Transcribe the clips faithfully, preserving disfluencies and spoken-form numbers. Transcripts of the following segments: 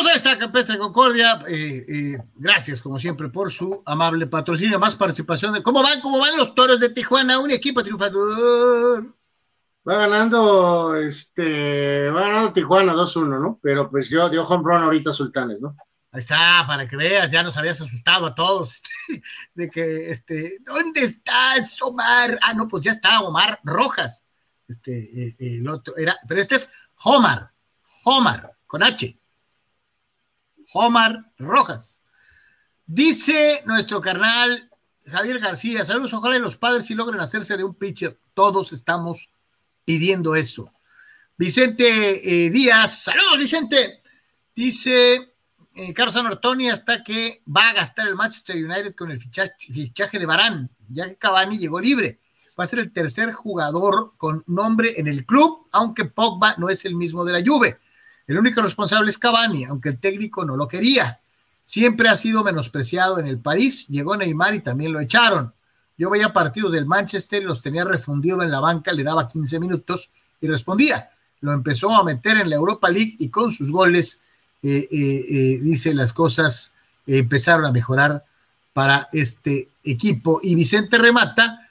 Pues ahí está Campestre Concordia, eh, eh, gracias como siempre por su amable patrocinio, más participación de cómo van, cómo van los Toros de Tijuana, un equipo triunfador. Va ganando, este, va ganando Tijuana dos uno, ¿no? Pero pues yo dio home run ahorita a Sultanes, ¿no? Ahí está, para que veas, ya nos habías asustado a todos, este, de que, este, ¿dónde estás, Omar? Ah, no, pues ya está, Omar Rojas, este, eh, eh, el otro, era, pero este es Omar, Omar, con H, Omar Rojas. Dice nuestro carnal Javier García, saludos, ojalá los padres sí logren hacerse de un pitcher, todos estamos pidiendo eso. Vicente eh, Díaz, saludos Vicente, dice eh, Carlos Anartoni hasta que va a gastar el Manchester United con el fichaje, fichaje de Varane, ya que Cavani llegó libre, va a ser el tercer jugador con nombre en el club, aunque Pogba no es el mismo de la Juve, el único responsable es Cavani, aunque el técnico no lo quería. Siempre ha sido menospreciado en el París, llegó Neymar y también lo echaron. Yo veía partidos del Manchester y los tenía refundido en la banca, le daba quince minutos y respondía. Lo empezó a meter en la Europa League y con sus goles, eh, eh, eh, dice, las cosas eh, empezaron a mejorar para este equipo. Y Vicente remata,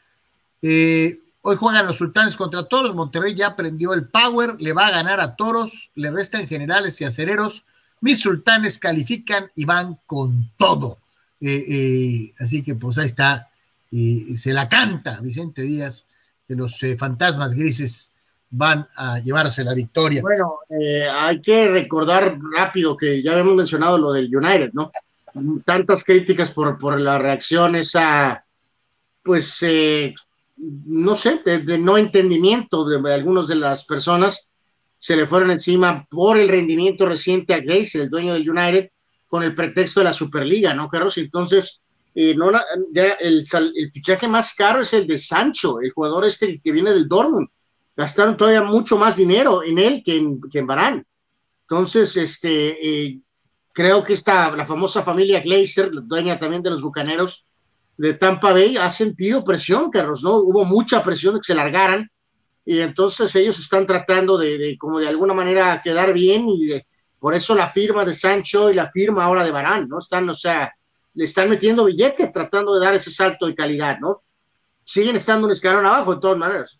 eh, hoy juegan los Sultanes contra Toros, Monterrey ya aprendió el power, le va a ganar a Toros, le restan generales y acereros, mis Sultanes califican y van con todo. Eh, eh, así que pues ahí está, eh, se la canta Vicente Díaz, que los eh, fantasmas grises van a llevarse la victoria. Bueno, eh, hay que recordar rápido que ya habíamos mencionado lo del United, ¿no? Tantas críticas por, por las reacciones a, pues, eh, no sé, de, de no entendimiento de, de algunas de las personas, se le fueron encima por el rendimiento reciente a Glazer, el dueño del United, con el pretexto de la Superliga, ¿no, Carlos? Entonces, eh, no la, ya el, el fichaje más caro es el de Sancho, el jugador este que viene del Dortmund. Gastaron todavía mucho más dinero en él que en, que en Varane. Entonces, este, eh, creo que esta, la famosa familia Glazer, dueña también de los Bucaneros de Tampa Bay, ha sentido presión, Carlos, ¿no? Hubo mucha presión de que se largaran, y entonces ellos están tratando de, de como de alguna manera quedar bien, y de, por eso la firma de Sancho y la firma ahora de Varane, ¿no? Están, o sea, le están metiendo billete tratando de dar ese salto de calidad, ¿no? Siguen estando un escalón abajo de todas maneras.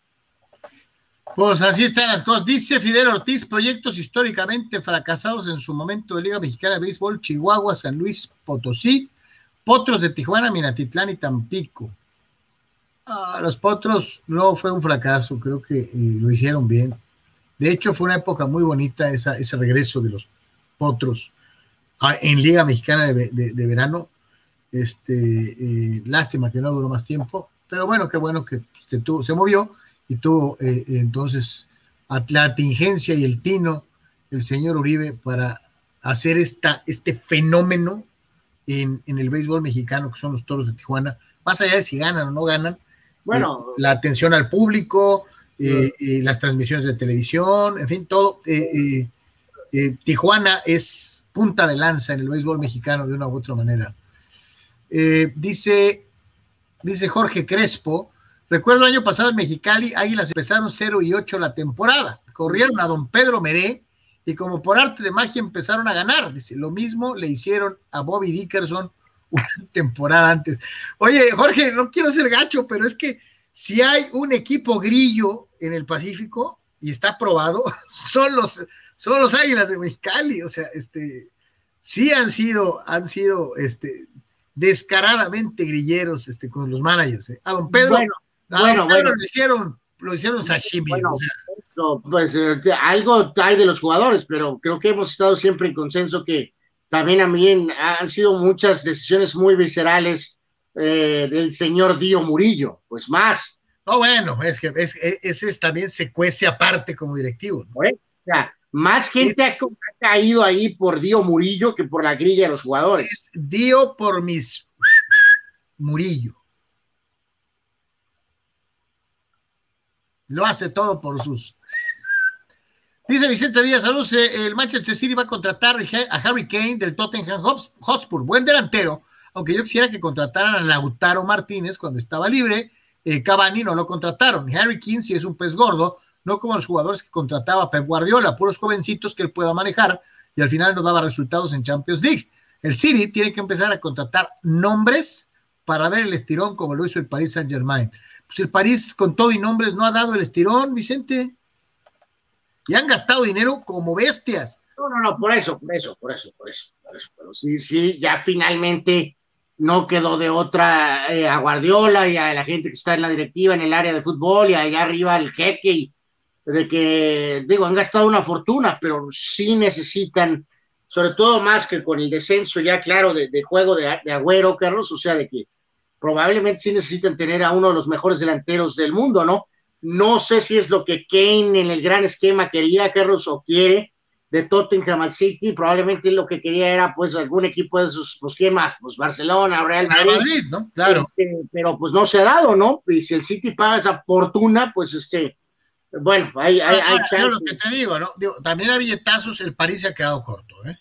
Pues así están las cosas. Dice Fidel Ortiz, proyectos históricamente fracasados en su momento de Liga Mexicana de Béisbol, Chihuahua, San Luis Potosí, Potros de Tijuana, Minatitlán y Tampico. Ah, los Potros no fue un fracaso, creo que eh, lo hicieron bien. De hecho, fue una época muy bonita esa, ese regreso de los Potros a, en Liga Mexicana de, de, de verano. Este, eh, lástima que no duró más tiempo, pero bueno, qué bueno que se, tuvo, se movió y tuvo eh, entonces la tingencia y el tino el señor Uribe para hacer esta, este fenómeno en, en el béisbol mexicano, que son los Toros de Tijuana, más allá de si ganan o no ganan, bueno, eh, la atención al público, eh, eh, las transmisiones de televisión, en fin, todo. Eh, eh, eh, Tijuana es punta de lanza en el béisbol mexicano de una u otra manera. Eh, dice, dice Jorge Crespo, recuerdo el año pasado en Mexicali, Águilas empezaron cero y ocho la temporada, corrieron a don Pedro Meré y como por arte de magia empezaron a ganar. Dice, lo mismo le hicieron a Bobby Dickerson una temporada antes. Oye, Jorge, no quiero ser gacho, pero es que si hay un equipo grillo en el Pacífico, y está probado, son los, son los Águilas de Mexicali. O sea, este, sí han sido, han sido, este, descaradamente grilleros, este, con los managers. ¿eh? A don Pedro, bueno, a bueno, don Pedro bueno. lo hicieron, lo hicieron sashimi. Bueno, o sea. eso, pues eh, algo hay de los jugadores, pero creo que hemos estado siempre en consenso que también, también han sido muchas decisiones muy viscerales eh, del señor Dio Murillo, pues más. No, bueno, es que es, ese es, también se cuece aparte como directivo. ¿no? ¿Eh? O sea, más gente ha, ha caído ahí por Dio Murillo que por la grilla de los jugadores. Es Dio por mis Murillo. Lo hace todo por sus. Dice Vicente Díaz, saludos, el Manchester City va a contratar a Harry Kane del Tottenham Hotspur, buen delantero, aunque yo quisiera que contrataran a Lautaro Martínez cuando estaba libre. eh, Cavani no lo contrataron. Harry Kane sí es un pez gordo, no como los jugadores que contrataba Pep Guardiola, puros jovencitos que él pueda manejar y al final no daba resultados en Champions League. El City tiene que empezar a contratar nombres para dar el estirón como lo hizo el Paris Saint-Germain. Pues el París con todo y nombres no ha dado el estirón, Vicente. Y han gastado dinero como bestias. No, no, no, por eso, por eso, por eso, por eso. Por eso. Pero sí, sí, ya finalmente no quedó de otra eh, a Guardiola y a la gente que está en la directiva, en el área de fútbol y allá arriba el jeque, y de que, digo, han gastado una fortuna, pero sí necesitan, sobre todo más que con el descenso ya claro de, de juego de, de Agüero, Carlos, o sea, de que probablemente sí necesitan tener a uno de los mejores delanteros del mundo, ¿no? No sé si es lo que Kane en el gran esquema quería, Carlos, o quiere, de Tottenham al City. Probablemente lo que quería era, pues, algún equipo de esos, pues, ¿quién más? Pues Barcelona, Real Madrid. Real Madrid, ¿no? Claro. Este, pero, pues, no se ha dado, ¿no? Y si el City paga esa fortuna, pues, este, bueno, hay, hay, Ahora, hay yo chance. lo que te digo, ¿no? Digo, también a billetazos el París se ha quedado corto, ¿eh?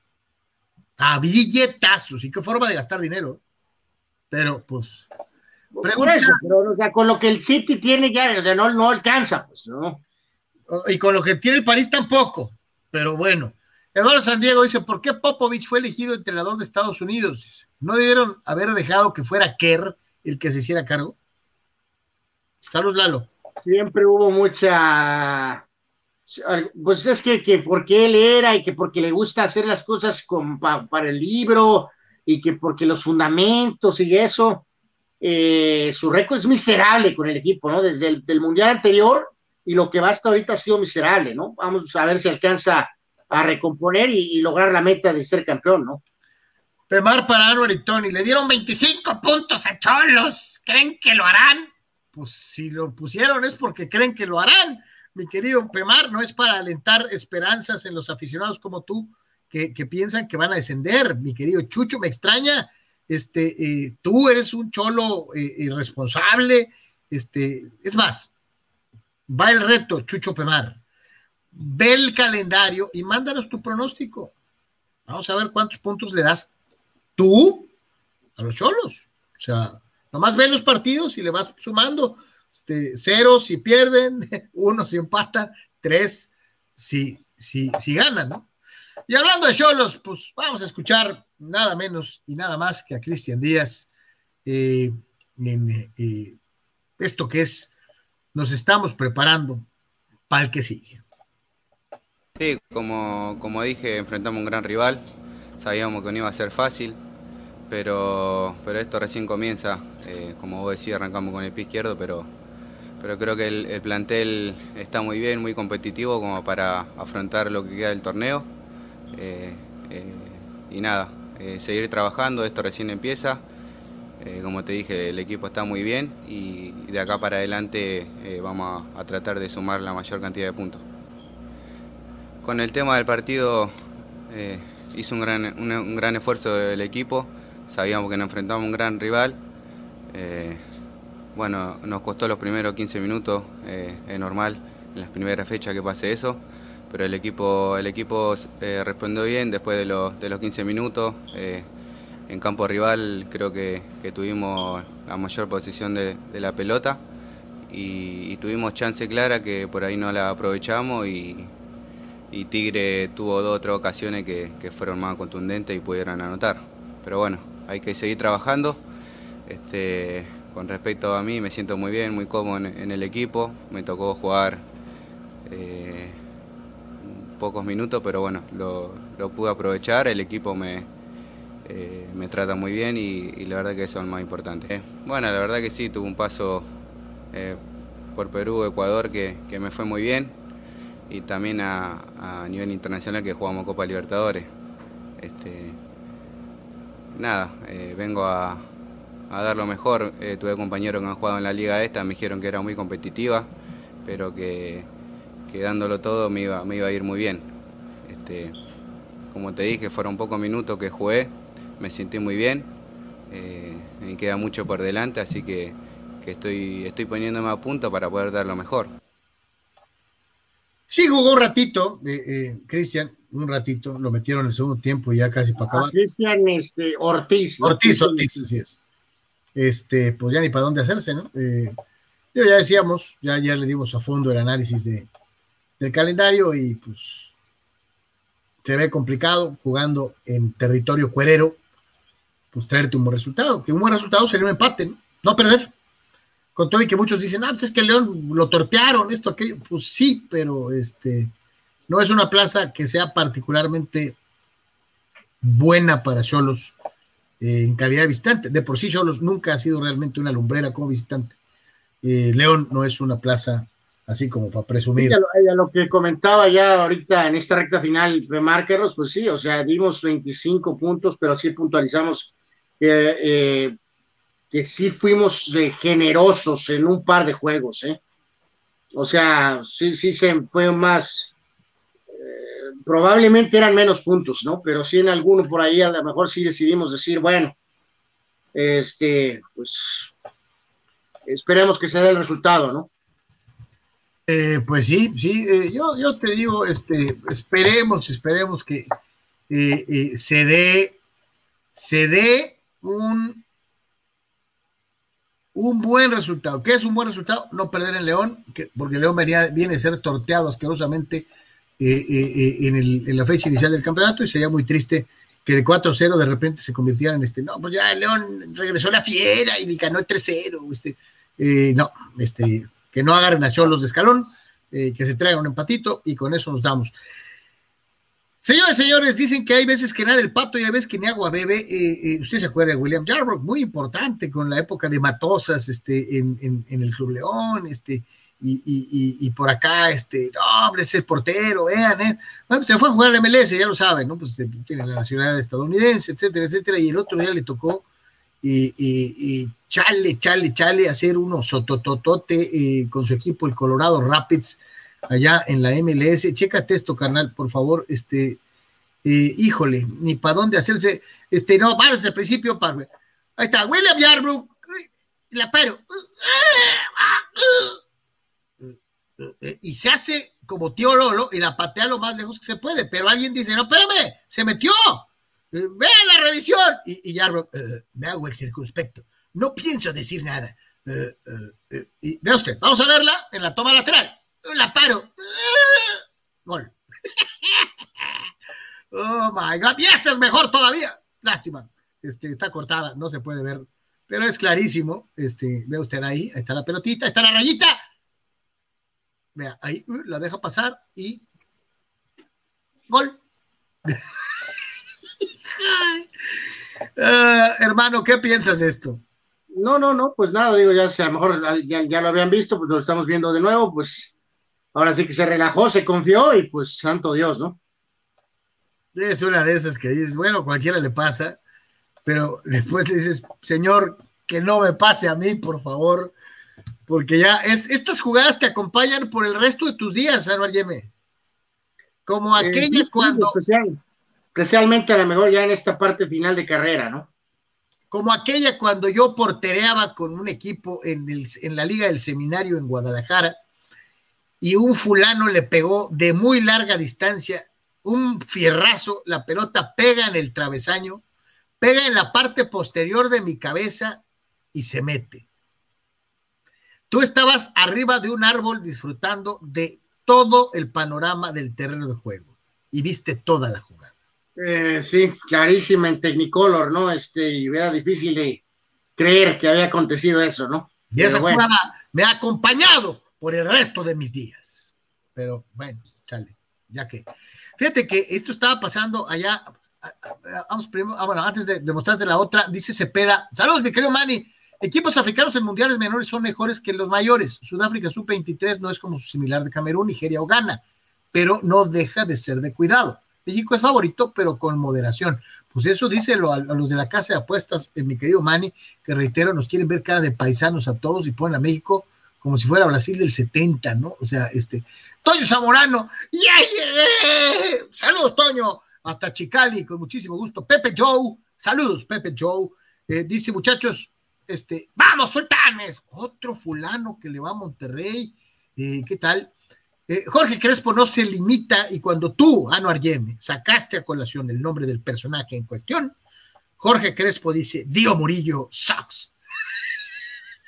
A billetazos, y qué forma de gastar dinero. Pero, pues... Pregunta. Por eso, pero o sea, con lo que el City tiene ya, o sea, no, no alcanza, pues, ¿no? Y con lo que tiene el París tampoco, pero bueno. Eduardo San Diego dice, ¿por qué Popovich fue elegido entrenador de Estados Unidos? ¿No debieron haber dejado que fuera Kerr el que se hiciera cargo? Salud, Lalo. Siempre hubo mucha... Pues es que, que porque él era y que porque le gusta hacer las cosas con, pa, para el libro y que porque los fundamentos y eso... Eh, su récord es miserable con el equipo, ¿no? Desde el del mundial anterior y lo que va hasta ahorita ha sido miserable, ¿no? Vamos a ver si alcanza a recomponer y, y lograr la meta de ser campeón, ¿no? Pemar para Anuar y Tony, le dieron veinticinco puntos a Cholos, ¿creen que lo harán? Pues si lo pusieron es porque creen que lo harán, mi querido Pemar, no es para alentar esperanzas en los aficionados como tú, que, que piensan que van a descender, mi querido Chucho, me extraña. Este, eh, tú eres un cholo eh, irresponsable, este, es más, va el reto, Chucho Pemar, ve el calendario y mándanos tu pronóstico, vamos a ver cuántos puntos le das tú a los cholos, o sea, nomás ve los partidos y le vas sumando, este, cero si pierden, uno si empatan, tres si, si, si ganan, ¿no? Y hablando de cholos, pues vamos a escuchar nada menos y nada más que a Cristian Díaz eh, en eh, esto que es, nos estamos preparando para el que sigue. Sí, como, como dije, enfrentamos un gran rival, sabíamos que no iba a ser fácil, pero, pero esto recién comienza, eh, como vos decís, arrancamos con el pie izquierdo, pero, pero creo que el, el plantel está muy bien, muy competitivo como para afrontar lo que queda del torneo. Eh, eh, y nada, eh, seguir trabajando, esto recién empieza, eh, como te dije, el equipo está muy bien y de acá para adelante eh, vamos a, a tratar de sumar la mayor cantidad de puntos. Con el tema del partido eh, hizo un gran, un, un gran esfuerzo del equipo, sabíamos que nos enfrentábamos a un gran rival, eh, bueno, nos costó los primeros quince minutos, eh, es normal en las primeras fechas que pase eso. Pero el equipo, el equipo eh, respondió bien después de los, de los quince minutos. Eh, en campo rival creo que, que tuvimos la mayor posición de, de la pelota y, y tuvimos chance clara que por ahí no la aprovechamos y, y Tigre tuvo dos o tres ocasiones que, que fueron más contundentes y pudieron anotar. Pero bueno, hay que seguir trabajando. Este, con respecto a mí me siento muy bien, muy cómodo en, en el equipo. Me tocó jugar... Eh, pocos minutos, pero bueno, lo, lo pude aprovechar, el equipo me, eh, me trata muy bien y, y la verdad que eso es lo más importante. Eh, bueno, la verdad que sí, tuve un paso eh, por Perú, Ecuador, que, que me fue muy bien y también a, a nivel internacional que jugamos Copa Libertadores. Este, nada, eh, vengo a, a dar lo mejor, eh, tuve compañeros que han jugado en la liga esta, me dijeron que era muy competitiva, pero que que dándolo todo me iba, me iba a ir muy bien. Este, como te dije, fueron pocos minutos que jugué, me sentí muy bien, eh, me queda mucho por delante, así que, que estoy, estoy poniéndome a punto para poder dar lo mejor. Sí, jugó un ratito, eh, eh, Cristian, un ratito, lo metieron en el segundo tiempo ya casi para acabar. Cristian este, Ortiz. ¿no? Ortiz, Ortiz, así es. Este, pues ya ni para dónde hacerse, ¿no? Eh, Yo ya decíamos, ya ayer le dimos a fondo el análisis de, del calendario y pues se ve complicado jugando en territorio cuerero, pues traerte un buen resultado, que un buen resultado sería un empate, no, no perder. Con todo y que muchos dicen, ah, pues es que el León lo tortearon, esto, aquello, pues sí, pero este, no es una plaza que sea particularmente buena para Xolos eh, en calidad de visitante. De por sí Xolos nunca ha sido realmente una lumbrera como visitante. Eh, León no es una plaza así como para presumir. Sí, a, lo, a lo que comentaba ya ahorita en esta recta final de Márqueros, pues sí, o sea, dimos veinticinco puntos, pero sí puntualizamos eh, eh, que sí fuimos eh, generosos en un par de juegos, ¿eh? O sea, sí, sí se fue más, eh, probablemente eran menos puntos, ¿no? Pero sí en alguno por ahí a lo mejor sí decidimos decir, bueno, este, pues esperemos que se dé el resultado, ¿no? Eh, pues sí, sí, eh, yo, yo te digo, este, esperemos, esperemos que eh, eh, se dé, se dé un, un buen resultado. ¿Qué es un buen resultado? No perder en León, que, porque León venía, viene a ser torteado asquerosamente eh, eh, en, el, en la fecha inicial del campeonato y sería muy triste que de cuatro cero de repente se convirtieran en este, no, pues ya León regresó la fiera y ganó tres cero, este, eh, no, este, que no agarren a Xolos de escalón, eh, que se traigan un empatito y con eso nos damos. Señores, señores, dicen que hay veces que nada el pato y hay veces que ni agua bebe. Eh, eh, usted se acuerda de William Yarbrough, muy importante con la época de Matosas este, en, en, en el Club León, este, y, y, y, y por acá, este, no, hombre, ese portero, vean, eh. Bueno, se fue a jugar al M L S, ya lo saben, ¿no? Pues tiene la nacionalidad estadounidense, etcétera, etcétera, y el otro día le tocó y, y, y chale, chale, chale, hacer uno sotototote eh, con su equipo, el Colorado Rapids, allá en la M L S. Chécate esto, carnal, por favor, este, eh, híjole, ni para dónde hacerse, este, no, va desde el principio, pa, ahí está, William Yarbrough, la paro, y se hace como tío Lolo y la patea lo más lejos que se puede, pero alguien dice, no, espérame, se metió, eh, vean la revisión, y, y Yarbrough, uh, me hago el circunspecto, no pienso decir nada, uh, uh, uh, y vea usted, vamos a verla en la toma lateral, la paro, uh, gol. Oh my God, y esta es mejor todavía, lástima, este, está cortada, no se puede ver, pero es clarísimo, este, ve usted ahí, ahí está la pelotita, ahí está la rayita, vea, ahí uh, la deja pasar y gol. uh, hermano, ¿qué piensas de esto? No, no, no, pues nada, digo, ya si a lo mejor ya, ya lo habían visto, pues lo estamos viendo de nuevo, pues ahora sí que se relajó, se confió y pues santo Dios, ¿no? Es una de esas que dices, bueno, cualquiera le pasa, pero después le dices, señor, que no me pase a mí, por favor, porque ya es, estas jugadas te acompañan por el resto de tus días, Anuar Yeme. Como aquella eh, sí, cuando... Especial, especialmente a lo mejor ya en esta parte final de carrera, ¿no? Como aquella cuando yo portereaba con un equipo en, el, en la Liga del Seminario en Guadalajara y un fulano le pegó de muy larga distancia un fierrazo, la pelota pega en el travesaño, pega en la parte posterior de mi cabeza y se mete. Tú estabas arriba de un árbol disfrutando de todo el panorama del terreno de juego y viste toda la jugada. Eh, sí, clarísima en Technicolor, ¿no? Este, y era difícil de creer que había acontecido eso, ¿no? Y Pero esa bueno. jugada me ha acompañado por el resto de mis días. Pero bueno, chale, ya que... Fíjate que esto estaba pasando allá, vamos primero, ah, bueno, antes de, de mostrarte la otra, dice Cepeda, saludos mi querido Manny, equipos africanos en mundiales menores son mejores que los mayores, Sudáfrica sub veintitrés no es como su similar de Camerún, Nigeria o Ghana, pero no deja de ser de cuidado, México es favorito, pero con moderación, pues eso díselo a, a los de la casa de apuestas, eh, mi querido Manny, que reitero, nos quieren ver cara de paisanos a todos y ponen a México como si fuera Brasil del setenta, ¿no? O sea, este, Toño Zamorano, ¡yeah, yeah! Saludos, Toño, hasta Chicali, con muchísimo gusto. Pepe Joe, saludos, Pepe Joe, eh, dice, muchachos, este, vamos, sultanes, otro fulano que le va a Monterrey, eh, ¿qué tal? Eh, Jorge Crespo no se limita, y cuando tú, Anuar Yeme, sacaste a colación el nombre del personaje en cuestión, Jorge Crespo dice, Dio Murillo sucks.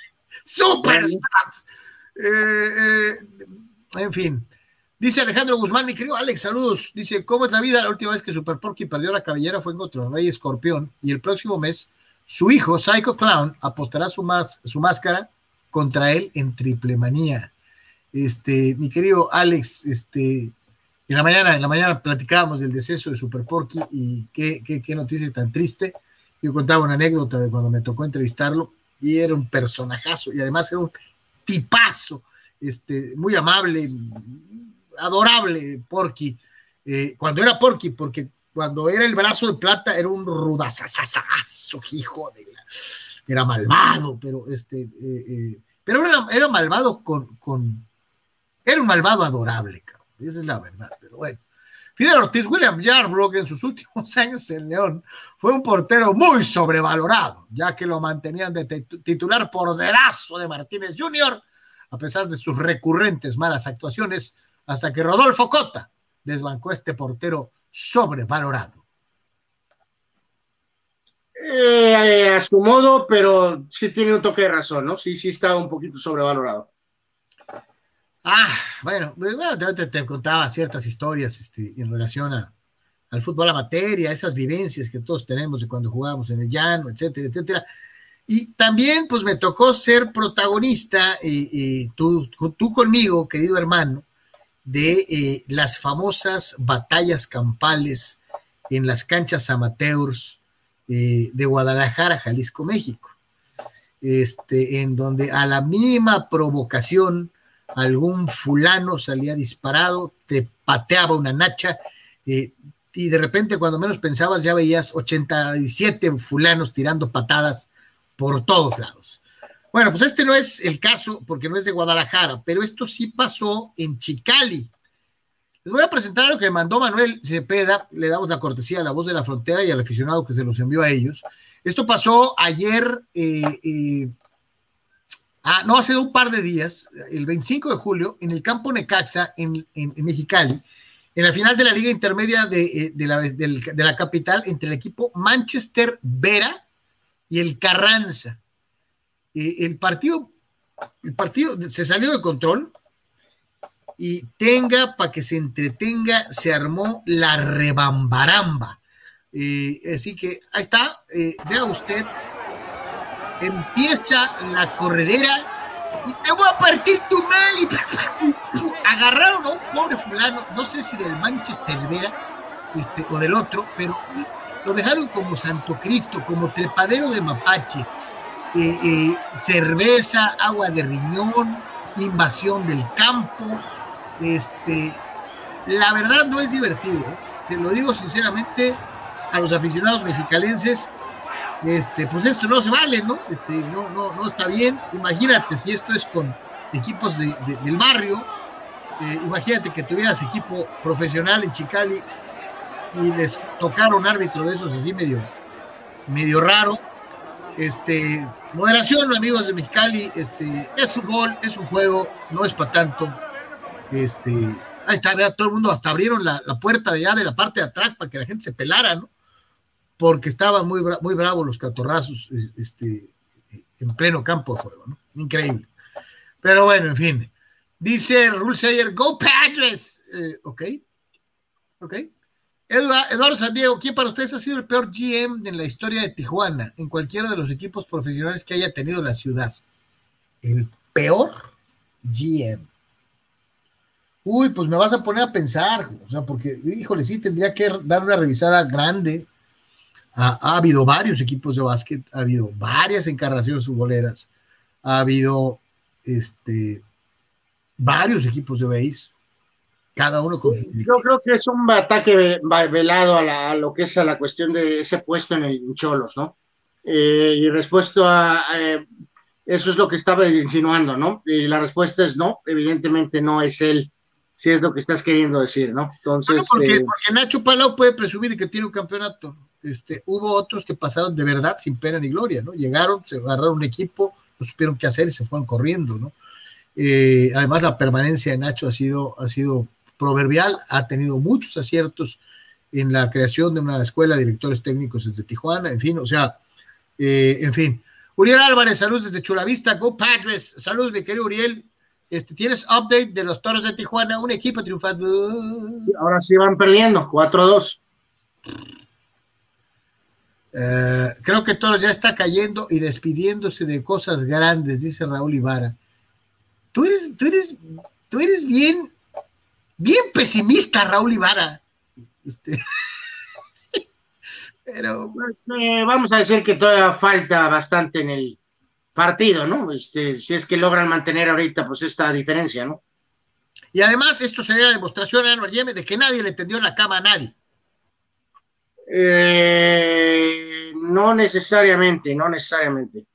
Super Stocks. Eh, eh, en fin. Dice Alejandro Guzmán, mi querido Alex, saludos. Dice, ¿cómo es la vida? La última vez que Super Porky perdió la cabellera fue contra Rey Escorpión y el próximo mes su hijo, Psycho Clown, apostará su, más, su máscara contra él en Triple Manía. Este, mi querido Alex, este, en la mañana, en la mañana platicábamos del deceso de Super Porky y qué, qué, qué noticia tan triste. Yo contaba una anécdota de cuando me tocó entrevistarlo y era un personajazo y además era un tipazo, este, muy amable, adorable Porky, eh, cuando era Porky, porque cuando era el brazo de plata era un rudazazazazo, hijo de la, era malvado, pero este, eh, eh, pero era, era malvado con, con, era un malvado adorable, cabrón. Esa es la verdad, pero bueno. Fidel Ortiz, William Yarbrough en sus últimos años en León fue un portero muy sobrevalorado, ya que lo mantenían de titular por dedazo de Martínez junior, a pesar de sus recurrentes malas actuaciones, hasta que Rodolfo Cota desbancó a este portero sobrevalorado. Eh, a su modo, pero sí tiene un toque de razón, ¿no? Sí, sí está un poquito sobrevalorado. Ah, bueno, bueno te, te contaba ciertas historias este, en relación a, al fútbol amateur y a esas vivencias que todos tenemos de cuando jugábamos en el llano, etcétera, etcétera. Y también, pues, me tocó ser protagonista, eh, eh, tú, tú conmigo, querido hermano, de eh, las famosas batallas campales en las canchas amateurs eh, de Guadalajara, Jalisco, México, este, en donde a la mínima provocación algún fulano salía disparado, te pateaba una nacha, eh, y de repente cuando menos pensabas ya veías ochenta y siete fulanos tirando patadas por todos lados. Bueno, pues este no es el caso porque no es de Guadalajara, pero esto sí pasó en Chicali. Les voy a presentar lo que mandó Manuel Cepeda, le damos la cortesía a La Voz de la Frontera y al aficionado que se los envió a ellos. Esto pasó ayer, eh, eh, ah, no, hace un par de días, el veinticinco de julio, en el campo Necaxa, en, en, en Mexicali, en la final de la Liga Intermedia de, de, la, de, de la capital, entre el equipo Manchester Vera y el Carranza. Eh, el partido, el partido se salió de control y tenga para que se entretenga, se armó la rebambaramba. Eh, así que ahí está, eh, vea usted, empieza la corredera y te voy a partir tu madre. Agarraron a un pobre fulano, no sé si del Manchester Vera este, o del otro, pero lo dejaron como Santo Cristo, como trepadero de mapache, eh, eh, cerveza, agua de riñón, invasión del campo. Este, la verdad no es divertido, ¿eh? Se lo digo sinceramente a los aficionados mexicalenses, este, pues esto no se vale, ¿no? Este, no, no, no está bien. Imagínate si esto es con equipos de, de, del barrio, eh, imagínate que tuvieras equipo profesional en Chicali y les tocaron árbitro de esos así medio, medio raro. Este, moderación, amigos de Mexicali, este, es fútbol, es un juego, no es para tanto. Este, ahí está, vea, todo el mundo hasta abrieron la, la puerta de allá de la parte de atrás para que la gente se pelara, ¿no? Porque estaban muy, bra muy bravos los catorrazos, este, en pleno campo de juego, ¿no? Increíble. Pero bueno, en fin. Dice Rulseyer, go Padres. Eh, ok, ok. Eduardo San Diego, ¿quién para ustedes ha sido el peor G M en la historia de Tijuana, en cualquiera de los equipos profesionales que haya tenido la ciudad? El peor G M. Uy, pues me vas a poner a pensar, o sea, porque, híjole, sí, tendría que dar una revisada grande. Ha, ha habido varios equipos de básquet, ha habido varias encarnaciones futboleras, ha habido este, varios equipos de béis, cada uno con sus... Yo creo que es un ataque velado a, la, a lo que es a la cuestión de ese puesto en el Cholos, ¿no? Eh, y respuesta a... a eso es lo que estaba insinuando, ¿no? Y la respuesta es no, evidentemente no es él, si es lo que estás queriendo decir, ¿no? Entonces... Bueno, porque, eh... porque Nacho Palau puede presumir que tiene un campeonato. Este, hubo otros que pasaron de verdad sin pena ni gloria, ¿no? Llegaron, se agarraron un equipo, no supieron qué hacer y se fueron corriendo, ¿no? Eh, además, la permanencia de Nacho ha sido, ha sido proverbial, ha tenido muchos aciertos en la creación de una escuela de directores técnicos desde Tijuana, en fin, o sea, eh, en fin. Uriel Álvarez, saludos desde Chulavista, Go Padres, saludos mi querido Uriel. Este, ¿tienes update de los Toros de Tijuana? Un equipo triunfado. Ahora sí van perdiendo, cuatro a dos. Uh, creo que Toros ya está cayendo y despidiéndose de cosas grandes, dice Raúl Ibarra. Tú eres, tú eres, tú eres bien, bien pesimista, Raúl Ibarra. Este, pero pues, eh, vamos a decir que todavía falta bastante en el partido, ¿no? Este, si es que logran mantener ahorita, pues, esta diferencia, ¿no? Y además, esto sería la demostración a Anwar Yeme de que nadie le tendió la cama a nadie. Eh, no necesariamente, no necesariamente.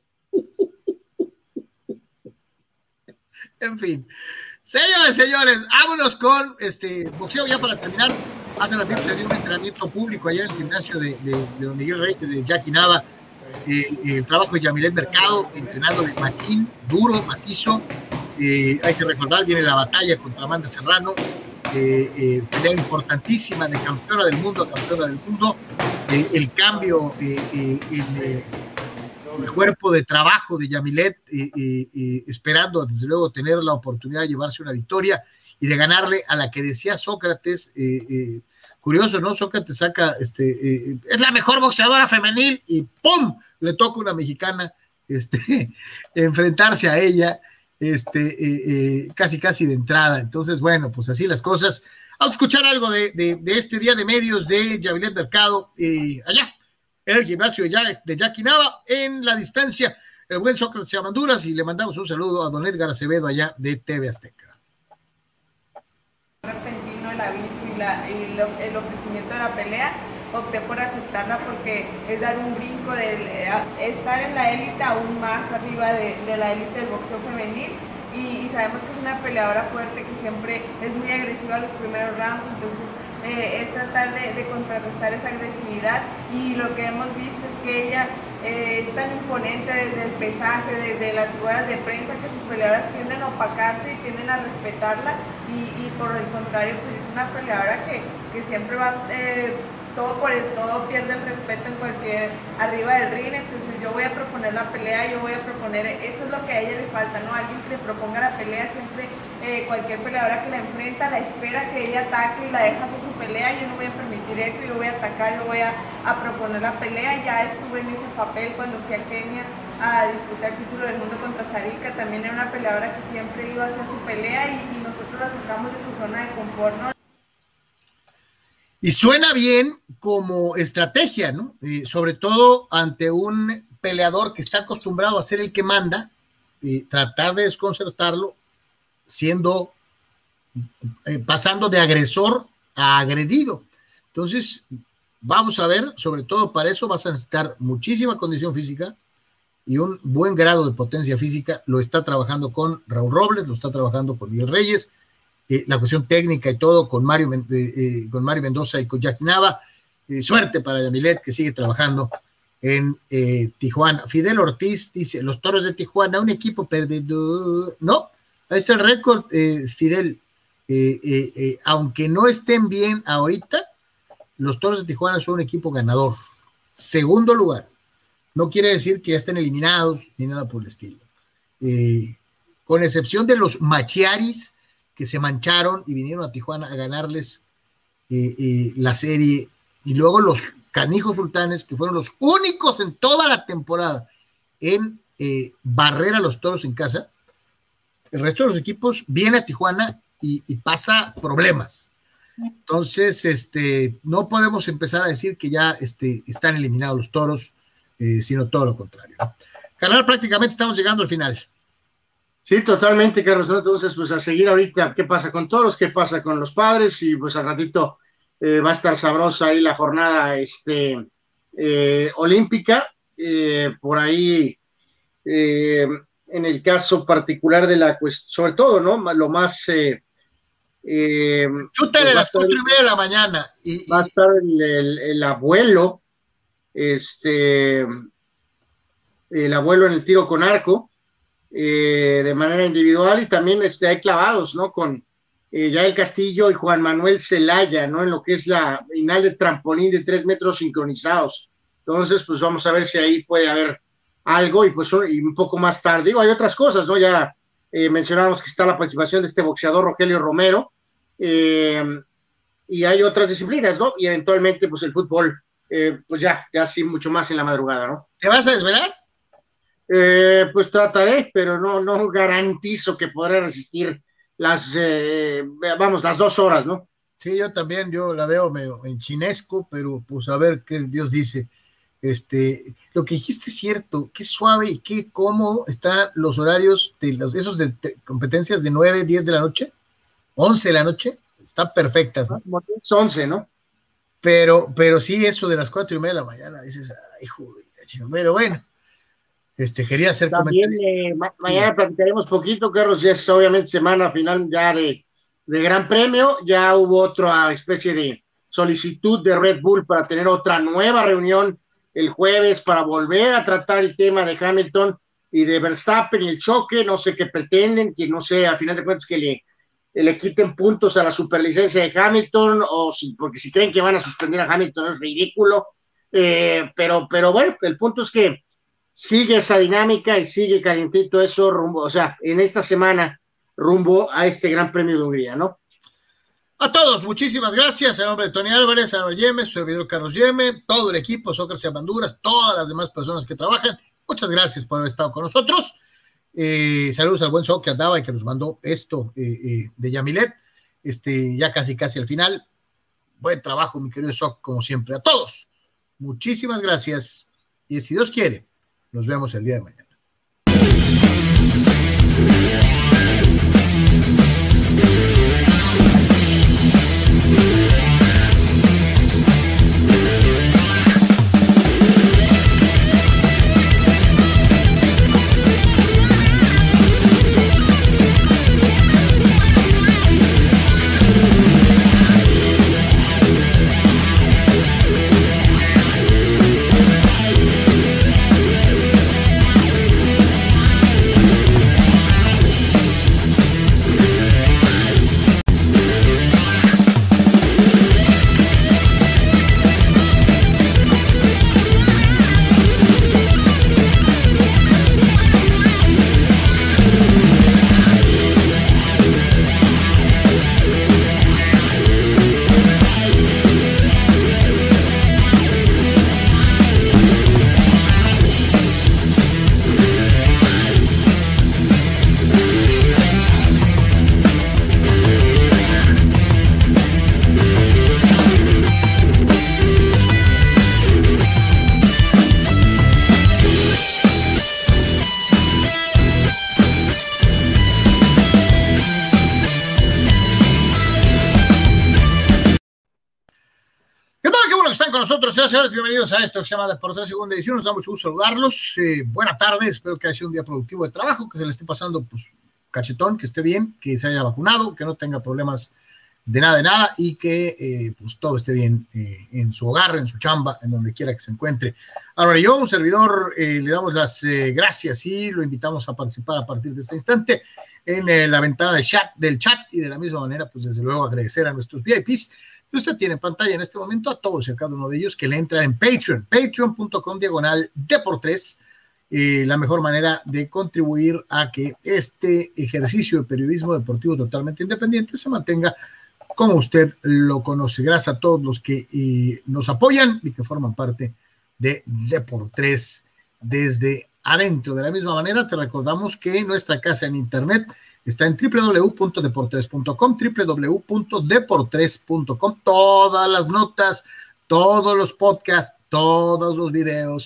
En fin. Señores, señores, vámonos con este boxeo ya para terminar. Hace ratito se dio un entrenamiento público allá en el gimnasio de, de, de Don Miguel Reyes, de Jackie Nava. Eh, el trabajo de Yamilet Mercado, entrenando de machín, duro, macizo. Eh, hay que recordar, viene la batalla contra Amanda Serrano. Eh, eh, pelea importantísima de campeona del mundo a campeona del mundo. Eh, el cambio eh, eh, en eh, el cuerpo de trabajo de Yamilet, eh, eh, eh, esperando desde luego tener la oportunidad de llevarse una victoria y de ganarle a la que decía Sócrates. Eh, eh, curioso, ¿no? Sócrates saca, este, eh, es la mejor boxeadora femenil y ¡pum! Le toca a una mexicana este, enfrentarse a ella. Este, eh, eh, casi casi de entrada. Entonces, bueno, pues así las cosas. Vamos a escuchar algo de, de, de este día de medios de Yamilet Mercado, eh, allá en el gimnasio de, de Jackie Nava, en la distancia, el buen Sócrates Amanduras, y le mandamos un saludo a don Edgar Acevedo allá de T V Azteca. Repentino el aviso y, la, y lo, el ofrecimiento de la pelea, opté por aceptarla porque es dar un brinco de eh, estar en la élite aún más arriba de, de la élite del boxeo femenil y, y sabemos que es una peleadora fuerte que siempre es muy agresiva en los primeros rounds, entonces eh, es tratar de, de contrarrestar esa agresividad y lo que hemos visto es que ella eh, es tan imponente desde el pesaje, desde las ruedas de prensa, que sus peleadoras tienden a opacarse y tienden a respetarla y, y por el contrario pues es una peleadora que, que siempre va eh, todo por el todo, pierde el respeto en cualquier arriba del ring, entonces yo voy a proponer la pelea, yo voy a proponer, eso es lo que a ella le falta, ¿no? Alguien que le proponga la pelea, siempre eh, cualquier peleadora que la enfrenta, la espera que ella ataque y la deja hacer su pelea, yo no voy a permitir eso, yo voy a atacar, yo voy a, a proponer la pelea, ya estuve en ese papel cuando fui a Kenia a disputar el título del mundo contra Sarika, también era una peleadora que siempre iba a hacer su pelea y, y nosotros la sacamos de su zona de confort, ¿no? Y suena bien como estrategia, ¿no? Eh, sobre todo ante un peleador que está acostumbrado a ser el que manda, eh, tratar de desconcertarlo, siendo, eh, pasando de agresor a agredido. Entonces, vamos a ver, sobre todo para eso vas a necesitar muchísima condición física y un buen grado de potencia física. Lo está trabajando con Raúl Robles, lo está trabajando con Miguel Reyes, Eh, la cuestión técnica y todo con Mario, eh, eh, con Mario Mendoza y con Jackie Nava. Eh, suerte para Yamilet, que sigue trabajando en eh, Tijuana. Fidel Ortiz dice, los Toros de Tijuana, un equipo perdedor. No, ahí está el récord, eh, Fidel. Eh, eh, eh, aunque no estén bien ahorita, los Toros de Tijuana son un equipo ganador. Segundo lugar. No quiere decir que ya estén eliminados ni nada por el estilo. Eh, con excepción de los Machiaris, que se mancharon y vinieron a Tijuana a ganarles eh, eh, la serie, y luego los Canijos Sultanes, que fueron los únicos en toda la temporada en eh, barrer a los Toros en casa. El resto de los equipos viene a Tijuana y, y pasa problemas. Entonces, este, no podemos empezar a decir que ya este, están eliminados los Toros, eh, sino todo lo contrario, ¿no? Carnal, prácticamente estamos llegando al final. Sí, totalmente, Carlos. Entonces, pues a seguir ahorita qué pasa con Toros, qué pasa con los Padres, y pues al ratito eh, va a estar sabrosa ahí la jornada este, eh, olímpica. Eh, por ahí, eh, en el caso particular de la cuestión, sobre todo, ¿no? Lo más... Eh, eh, Chútale pues a las cuatro y media de la mañana. Y, va a estar el, el, el abuelo, este, el abuelo en el tiro con arco, Eh, de manera individual, y también este, hay clavados, ¿no? Con eh, Yael Castillo y Juan Manuel Zelaya, ¿no? En lo que es la final de trampolín de tres metros sincronizados. Entonces, pues vamos a ver si ahí puede haber algo, y pues y un poco más tarde, digo, hay otras cosas, ¿no? Ya eh, mencionábamos que está la participación de este boxeador Rogelio Romero, eh, y hay otras disciplinas, ¿no? Y eventualmente, pues el fútbol, eh, pues ya, ya sí, mucho más en la madrugada, ¿no? ¿Te vas a desvelar? Eh, pues trataré, pero no, no garantizo que podré resistir las, eh, vamos, las dos horas, ¿no? Sí, yo también, yo la veo medio en chinesco, pero pues a ver qué Dios dice. Este, lo que dijiste es cierto, qué suave y qué cómodo están los horarios de los, esos de, de competencias de nueve, diez de la noche, once de la noche, están perfectas, ¿no? Es once, ¿no? Pero, pero sí, eso de las cuatro y media de la mañana, dices, ay, joder, pero bueno, este, quería hacer También eh, ma mañana platicaremos poquito, Carlos, ya es obviamente semana final ya de, de Gran Premio, ya hubo otra especie de solicitud de Red Bull para tener otra nueva reunión el jueves para volver a tratar el tema de Hamilton y de Verstappen y el choque, no sé qué pretenden, que no sé, a final de cuentas que le, le quiten puntos a la superlicencia de Hamilton, o si, porque si creen que van a suspender a Hamilton es ridículo, eh, pero, pero bueno, el punto es que sigue esa dinámica y sigue calientito eso rumbo, o sea, en esta semana rumbo a este Gran Premio de Hungría, ¿no? A todos, muchísimas gracias. En nombre de Tony Álvarez, Álvaro Yeme, su servidor Carlos Yeme, todo el equipo, Sócrates y Abanduras, todas las demás personas que trabajan, muchas gracias por haber estado con nosotros. Eh, saludos al buen Soc que andaba y que nos mandó esto eh, eh, de Yamilet, este, ya casi casi al final. Buen trabajo, mi querido Soc, como siempre. A todos, muchísimas gracias y si Dios quiere, nos vemos el día de mañana. Nosotros, señoras y señores, bienvenidos a esto que se llama Deportes Segunda Edición. Nos da mucho gusto saludarlos. Eh, buena tarde, espero que haya sido un día productivo de trabajo, que se le esté pasando pues cachetón, que esté bien, que se haya vacunado, que no tenga problemas de nada de nada y que eh, pues todo esté bien eh, en su hogar, en su chamba, en donde quiera que se encuentre. Ahora yo, un servidor, eh, le damos las eh, gracias y lo invitamos a participar a partir de este instante en eh, la ventana de chat, del chat y de la misma manera, pues desde luego agradecer a nuestros V I Ps. Usted tiene en pantalla en este momento a todos y a cada uno de ellos que le entran en Patreon, patreon punto com diagonal Deportes, eh, la mejor manera de contribuir a que este ejercicio de periodismo deportivo totalmente independiente se mantenga como usted lo conoce. Gracias a todos los que eh, nos apoyan y que forman parte de Deportes desde adentro. De la misma manera, te recordamos que nuestra casa en internet está en doble u doble u doble u punto deportes punto com, doble u doble u doble u punto deportes punto com. Todas las notas, todos los podcasts, todos los videos,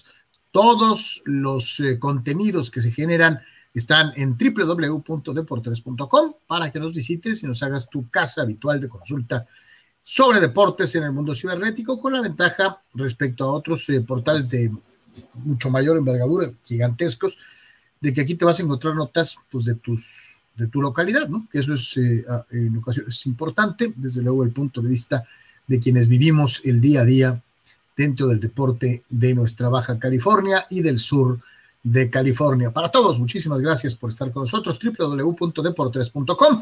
todos los eh, contenidos que se generan están en doble u doble u doble u punto deportes punto com para que nos visites y nos hagas tu casa habitual de consulta sobre deportes en el mundo cibernético, con la ventaja respecto a otros eh, portales de mucho mayor envergadura, gigantescos, de que aquí te vas a encontrar notas pues, de tus de tu localidad, ¿no? Que eso es eh, en ocasiones importante, desde luego el punto de vista de quienes vivimos el día a día dentro del deporte de nuestra Baja California y del sur de California. Para todos, muchísimas gracias por estar con nosotros, doble u doble u doble u punto deportes punto com,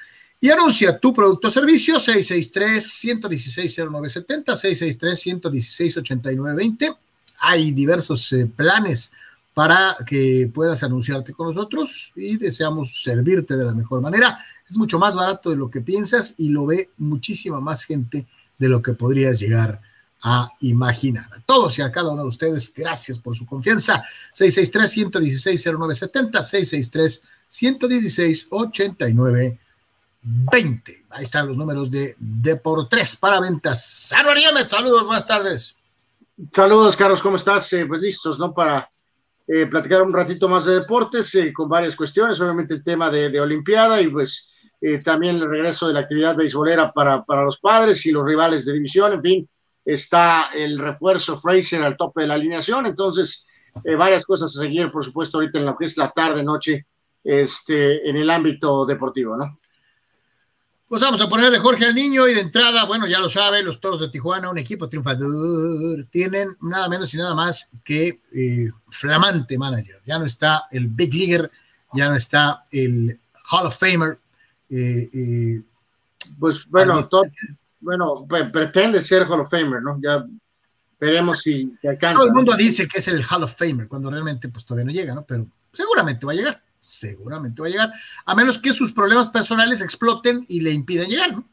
y anuncia tu producto o servicio, seis seis tres, uno uno seis, cero nueve siete cero, seis seis tres, uno uno seis, ocho nueve dos cero. Hay diversos eh, planes para que puedas anunciarte con nosotros y deseamos servirte de la mejor manera. Es mucho más barato de lo que piensas y lo ve muchísima más gente de lo que podrías llegar a imaginar. A todos y a cada uno de ustedes, gracias por su confianza. seis seis tres, uno uno seis, cero nueve siete cero, seis seis tres, uno uno seis, ocho nueve dos cero. Ahí están los números de Deportes para ventas. Anuar Yáñez, saludos, buenas tardes. Saludos, Carlos, ¿cómo estás? Eh, pues listos, ¿no? Para eh, platicar un ratito más de deportes, eh, con varias cuestiones, obviamente el tema de, de Olimpiada y pues eh, también el regreso de la actividad beisbolera para, para los Padres y los rivales de división, en fin, está el refuerzo Fraser al tope de la alineación, entonces eh, varias cosas a seguir, por supuesto, ahorita en lo que es la tarde-noche este, en el ámbito deportivo, ¿no? Pues vamos a ponerle Jorge al Niño y de entrada, bueno, ya lo sabe, los Toros de Tijuana, un equipo triunfador, tienen nada menos y nada más que eh, flamante manager. Ya no está el Big Leaguer, ya no está el Hall of Famer. Eh, eh, pues bueno, todo, bueno, pretende ser Hall of Famer, ¿no? Ya veremos si alcanza. Todo el mundo ¿no? dice que es el Hall of Famer, cuando realmente pues todavía no llega, ¿no? Pero seguramente va a llegar. Seguramente va a llegar, a menos que sus problemas personales exploten y le impidan llegar, ¿no?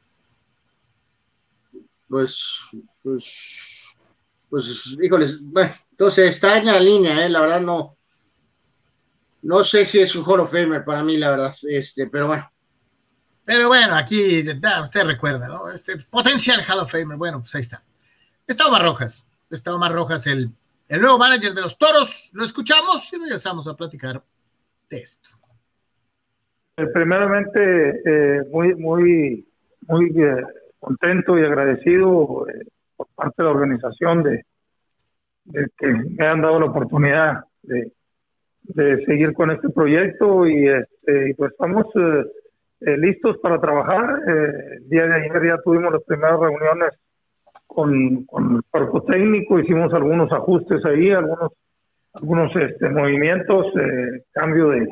Pues, pues, pues, híjoles, bueno, entonces está en la línea, ¿eh? La verdad no, no sé si es un Hall of Famer para mí, la verdad, este, pero bueno. Pero bueno, aquí, usted recuerda, ¿no? Este potencial Hall of Famer, bueno, pues ahí está. Está Omar Rojas, está Omar Rojas, el, el nuevo manager de los Toros, lo escuchamos y regresamos a platicar de esto. Eh, primeramente, eh, muy, muy, muy eh, contento y agradecido eh, por parte de la organización de, de que me han dado la oportunidad de, de seguir con este proyecto y este, pues estamos eh, eh, listos para trabajar. Eh, el día de ayer ya tuvimos las primeras reuniones con, con el cuerpo técnico, hicimos algunos ajustes ahí, algunos algunos este, movimientos, eh, cambio de,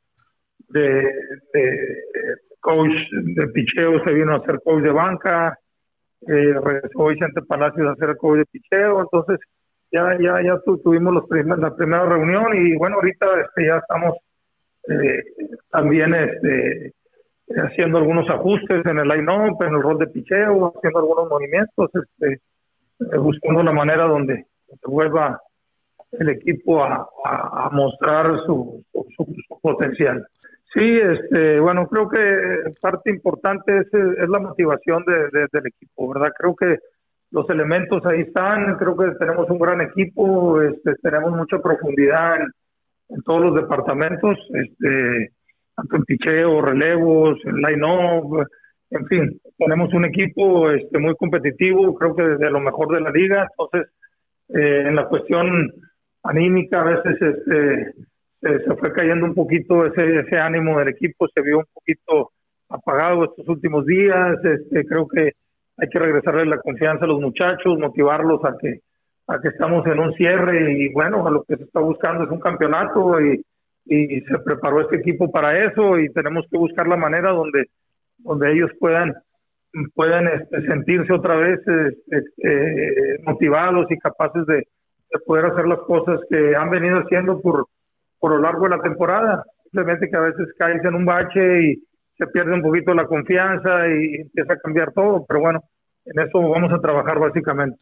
de, de coach de picheo, se vino a ser coach de banca, eh, regresó Vicente Palacios a ser coach de picheo, entonces ya ya ya tu, tuvimos los primer, la primera reunión y bueno, ahorita este, ya estamos eh, también este, haciendo algunos ajustes en el line-up, en el rol de picheo, haciendo algunos movimientos, este, eh, buscando una manera donde se vuelva el equipo a, a, a mostrar su, su, su potencial. Sí, este, bueno, creo que parte importante es, es la motivación de, de, del equipo, ¿verdad? Creo que los elementos ahí están, creo que tenemos un gran equipo, este, tenemos mucha profundidad en, en todos los departamentos, este, tanto en picheo, relevos, en line-up, en fin, tenemos un equipo este, muy competitivo, creo que de lo mejor de la liga, entonces eh, en la cuestión anímica, a veces este, se, se fue cayendo un poquito ese, ese ánimo del equipo, se vio un poquito apagado estos últimos días, este, creo que hay que regresarle la confianza a los muchachos, motivarlos a que, a que estamos en un cierre y bueno, a lo que se está buscando es un campeonato y, y se preparó este equipo para eso y tenemos que buscar la manera donde, donde ellos puedan puedan este, sentirse otra vez este, eh, motivados y capaces de de poder hacer las cosas que han venido haciendo por, por lo largo de la temporada. Simplemente que a veces caes en un bache y se pierde un poquito la confianza y empieza a cambiar todo, pero bueno, en eso vamos a trabajar básicamente.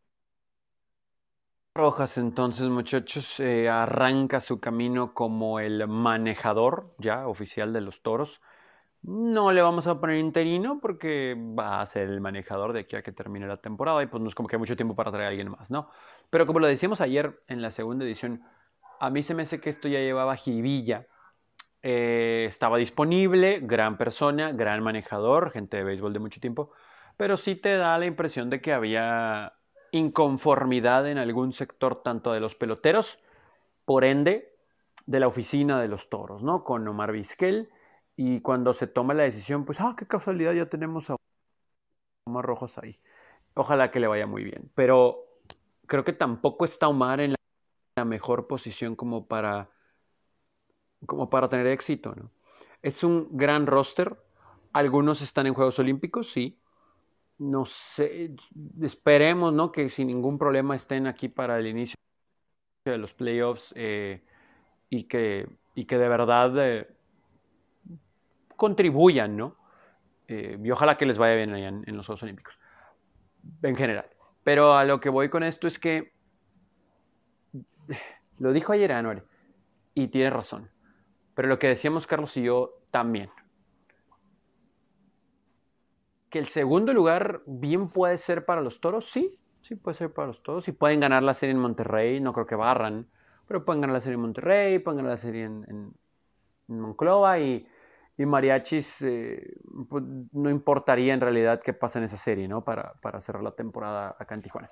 Rojas, entonces, muchachos, eh, arranca su camino como el manejador ya oficial de los Toros. No le vamos a poner interino porque va a ser el manejador de aquí a que termine la temporada y pues no es como que hay mucho tiempo para traer a alguien más, ¿no? Pero como lo decíamos ayer en la segunda edición, a mí se me hace que esto ya llevaba jiribilla. Eh, estaba disponible, gran persona, gran manejador, gente de béisbol de mucho tiempo, pero sí te da la impresión de que había inconformidad en algún sector tanto de los peloteros, por ende, de la oficina de los Toros, ¿no? Con Omar Vizquel. Y cuando se toma la decisión, pues, ah, qué casualidad, ya tenemos a Omar Rojas ahí. Ojalá que le vaya muy bien. Pero creo que tampoco está Omar en la mejor posición como para, como para tener éxito, ¿no? Es un gran roster. Algunos están en Juegos Olímpicos, sí. No sé, esperemos, ¿no? Que sin ningún problema estén aquí para el inicio de los playoffs. Eh, y que, y que de verdad eh, contribuyan, ¿no? Eh, y ojalá que les vaya bien allá en, en los Juegos Olímpicos, en general. Pero a lo que voy con esto es que, lo dijo ayer Anuar, y tiene razón, pero lo que decíamos Carlos y yo también, que el segundo lugar bien puede ser para los Toros, sí, sí puede ser para los Toros, y pueden ganar la serie en Monterrey, no creo que barran, pero pueden ganar la serie en Monterrey, pueden ganar la serie en, en, en Monclova, y, y Mariachis, eh, pues, no importaría en realidad qué pasa en esa serie, ¿no? Para, para cerrar la temporada acá en Tijuana.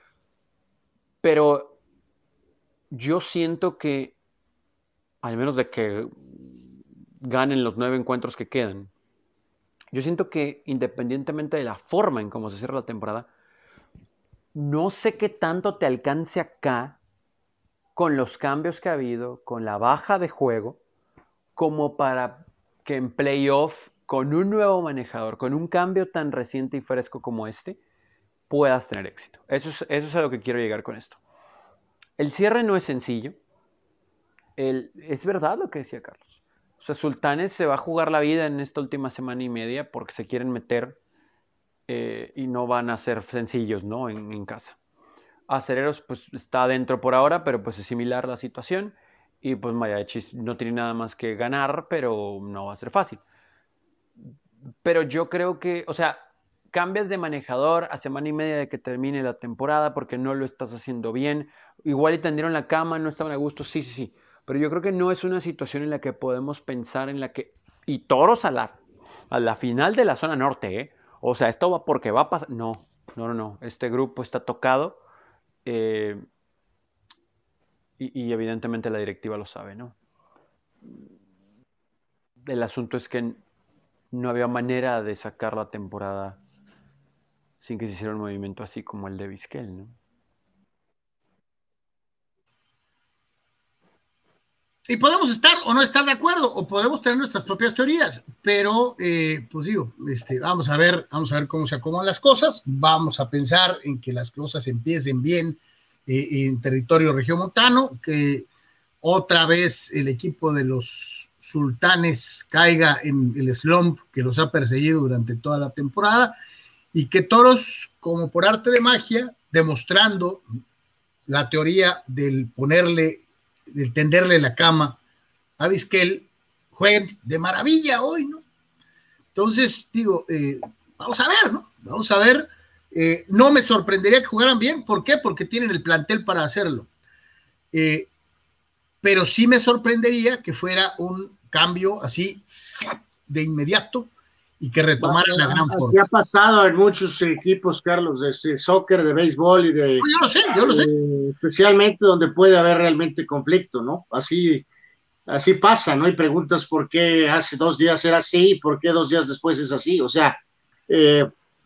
Pero yo siento que, al menos de que ganen los nueve encuentros que quedan, yo siento que independientemente de la forma en cómo se cierra la temporada, no sé qué tanto te alcance acá con los cambios que ha habido, con la baja de juego, como para que en playoff, con un nuevo manejador, con un cambio tan reciente y fresco como este, puedas tener éxito. Eso es, eso es a lo que quiero llegar con esto. El cierre no es sencillo. El, es verdad lo que decía Carlos. O sea, Sultanes se va a jugar la vida en esta última semana y media porque se quieren meter eh, y no van a ser sencillos, ¿no? En, en casa. Acereros, pues, está adentro por ahora, pero pues es similar la situación. Y pues Mariachis no tiene nada más que ganar, pero no va a ser fácil. Pero yo creo que, o sea, cambias de manejador a semana y media de que termine la temporada porque no lo estás haciendo bien. Igual y tendieron la cama, no estaban a gusto, sí, sí, sí. Pero yo creo que no es una situación en la que podemos pensar en la que... Y Toros a la, a la final de la zona norte, ¿eh? O sea, esto va porque va a pasar... No, no, no, no. Este grupo está tocado. Eh, y, y evidentemente la directiva lo sabe, ¿no? El asunto es que no había manera de sacar la temporada sin que se hiciera un movimiento así como el de Vizquel, ¿no? Y podemos estar o no estar de acuerdo, o podemos tener nuestras propias teorías, pero eh, pues digo, este, vamos a ver, vamos a ver cómo se acomodan las cosas, vamos a pensar en que las cosas empiecen bien eh, en territorio regiomontano, que otra vez el equipo de los Sultanes caiga en el slump que los ha perseguido durante toda la temporada, y que Toros, como por arte de magia, demostrando la teoría del ponerle, del tenderle la cama a Vizquel, jueguen de maravilla hoy, ¿no? Entonces, digo, eh, vamos a ver, ¿no? Vamos a ver. Eh, no me sorprendería que jugaran bien. ¿Por qué? Porque tienen el plantel para hacerlo. Eh, pero sí me sorprendería que fuera un cambio así de inmediato y que retomaran la gran forma. ¿Qué ha pasado en muchos equipos, Carlos, de soccer, de béisbol y de... No, yo lo sé, yo lo sé. Eh, especialmente donde puede haber realmente conflicto, ¿no? Así, así pasa, ¿no? Y preguntas por qué hace dos días era así y por qué dos días después es así. O sea, eh,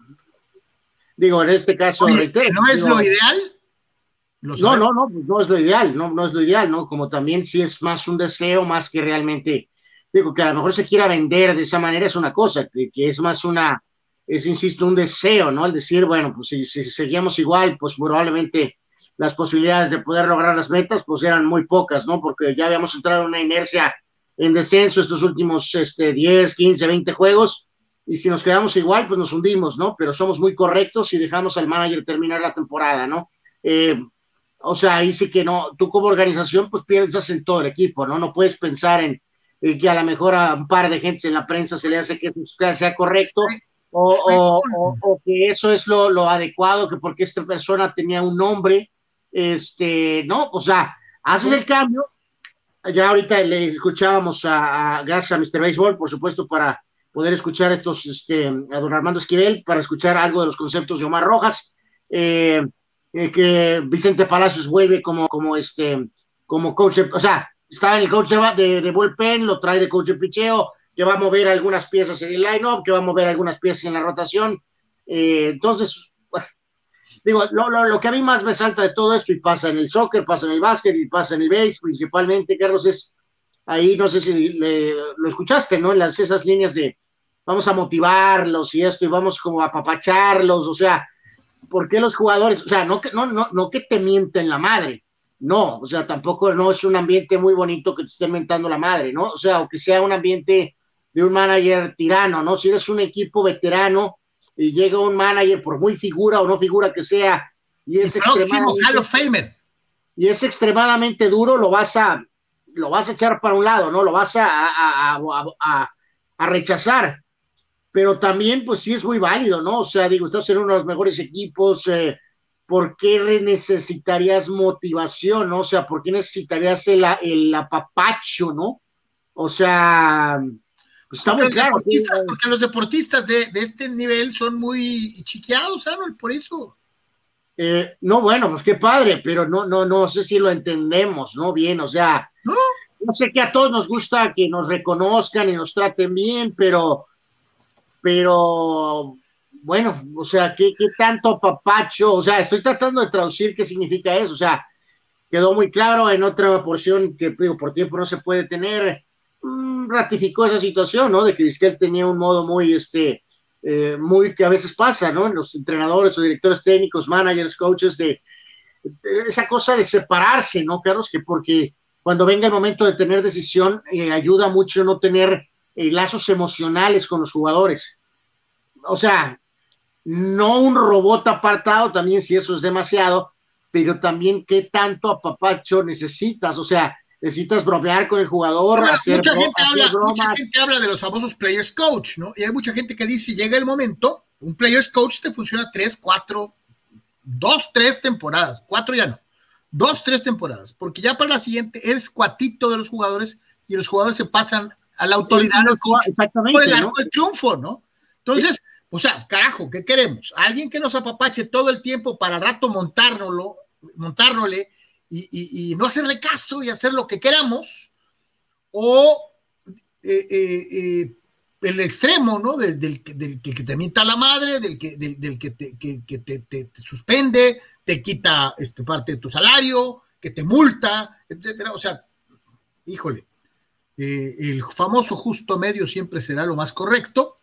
digo, en este caso... Oye, reitero, ¿no es digo, lo ideal? ¿Lo no, no, no, pues no es lo ideal, no, no es lo ideal, ¿no? Como también si es más un deseo, más que realmente... Digo, que a lo mejor se quiera vender de esa manera es una cosa, que, que es más una, es, insisto, un deseo, ¿no? El decir, bueno, pues si, si seguíamos igual, pues probablemente las posibilidades de poder lograr las metas, pues eran muy pocas, ¿no? Porque ya habíamos entrado en una inercia en descenso estos últimos este, diez, quince, veinte juegos, y si nos quedamos igual, pues nos hundimos, ¿no? Pero somos muy correctos y dejamos al manager terminar la temporada, ¿no? Eh, o sea, ahí sí que no, tú como organización, pues piensas en todo el equipo, ¿no? No puedes pensar en y que a lo mejor a un par de gente en la prensa se le hace que eso sea correcto, o, o, o, o que eso es lo, lo adecuado, que porque esta persona tenía un nombre, este, no, o sea, haces el cambio. Ya ahorita le escuchábamos a, a gracias a mister Baseball, por supuesto, para poder escuchar estos, este, a don Armando Esquivel, para escuchar algo de los conceptos de Omar Rojas, eh, eh, que Vicente Palacios vuelve como, como este, como coach, o sea, está en el coach de, de bullpen, lo trae de coach de picheo, que va a mover algunas piezas en el line-up, que va a mover algunas piezas en la rotación. Eh, entonces, bueno, digo, lo, lo, lo que a mí más me salta de todo esto, y pasa en el soccer, pasa en el básquet, y pasa en el base, principalmente, Carlos, es ahí, no sé si le, lo escuchaste, ¿no? En las, esas líneas de vamos a motivarlos y esto, y vamos como a apapacharlos, o sea, ¿por qué los jugadores? O sea, no que, no, no, no que te mienten la madre, no, o sea, tampoco no es un ambiente muy bonito que te estén mentando la madre, ¿no? O sea, o que sea un ambiente de un manager tirano, ¿no? Si eres un equipo veterano y llega un manager, por muy figura o no figura que sea, y es El próximo extremadamente, Hall of Famer. y es extremadamente duro, lo vas a, lo vas a echar para un lado, ¿no? Lo vas a, a, a, a, a rechazar. Pero también, pues sí es muy válido, ¿no? O sea, digo, estás en uno de los mejores equipos, eh, ¿por qué necesitarías motivación, no? O sea, ¿por qué necesitarías el, el apapacho, no? O sea, pues está porque muy claro. Los deportistas, que, porque los deportistas de, de este nivel son muy chiqueados, Arnold, por eso. Eh, no, bueno, pues qué padre, pero no, no, no sé si lo entendemos, ¿no? Bien, o sea, ¿No? yo sé que a todos nos gusta que nos reconozcan y nos traten bien, pero, pero, bueno, o sea, ¿qué, qué tanto papacho? O sea, estoy tratando de traducir qué significa eso, o sea, quedó muy claro en otra porción que, digo, por tiempo no se puede tener, mmm, ratificó esa situación, ¿no? De que Vizquel tenía un modo muy, este, eh, muy que a veces pasa, ¿no? En los entrenadores o directores técnicos, managers, coaches, de, de esa cosa de separarse, ¿no, Carlos? Que porque cuando venga el momento de tener decisión, eh, ayuda mucho no tener eh, lazos emocionales con los jugadores. O sea, no un robot apartado, también si eso es demasiado, pero también qué tanto apapacho necesitas, o sea, necesitas bromear con el jugador, Bueno, hacer, mucha, bro, gente hacer habla, bromas. mucha gente habla de los famosos players coach, ¿no? Y hay mucha gente que dice, llega el momento, un players coach te funciona tres, cuatro, dos, tres temporadas, cuatro ya no, dos, tres temporadas, porque ya para la siguiente eres cuatito de los jugadores y los jugadores se pasan a la autoridad del coach Exactamente, por el arco ¿no? del triunfo, ¿no? Entonces, o sea, carajo, ¿qué queremos? Alguien que nos apapache todo el tiempo para al rato montárnoslo, montárnosle y, y, y no hacerle caso y hacer lo que queramos, o eh, eh, eh, el extremo, ¿no? Del, del, del, del que te mienta la madre, del que, del, del que, te, que, que te, te, te suspende, te quita este, parte de tu salario, que te multa, etcétera. O sea, híjole, eh, el famoso justo medio siempre será lo más correcto.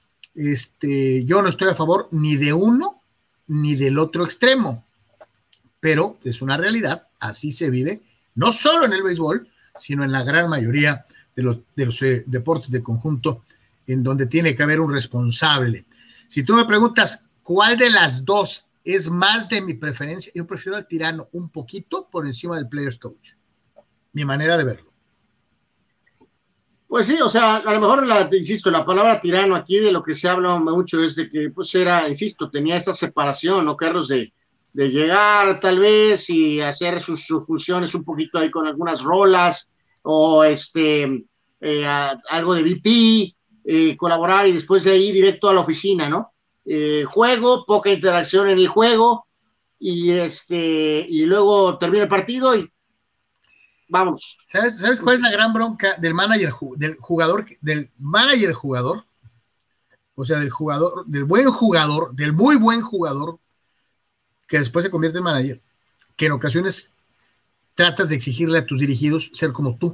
Este, yo no estoy a favor ni de uno ni del otro extremo, pero es una realidad, así se vive, no solo en el béisbol, sino en la gran mayoría de los, de los eh, deportes de conjunto, en donde tiene que haber un responsable. Si tú me preguntas cuál de las dos es más de mi preferencia, yo prefiero al tirano un poquito por encima del players coach, mi manera de verlo. Pues sí, o sea, a lo mejor, la, insisto, la palabra tirano aquí de lo que se habla mucho es de que, pues era, insisto, tenía esa separación, ¿no, Carlos? De, de llegar tal vez y hacer sus, sus funciones un poquito ahí con algunas rolas o este, eh, a, algo de V P, eh, colaborar y después de ahí directo a la oficina, ¿no? Eh, juego, poca interacción en el juego y, este, y luego termina el partido y vamos. ¿Sabes, ¿Sabes cuál es la gran bronca del manager, del jugador, del manager jugador? O sea, del jugador, del buen jugador, del muy buen jugador, que después se convierte en manager, que en ocasiones tratas de exigirle a tus dirigidos ser como tú.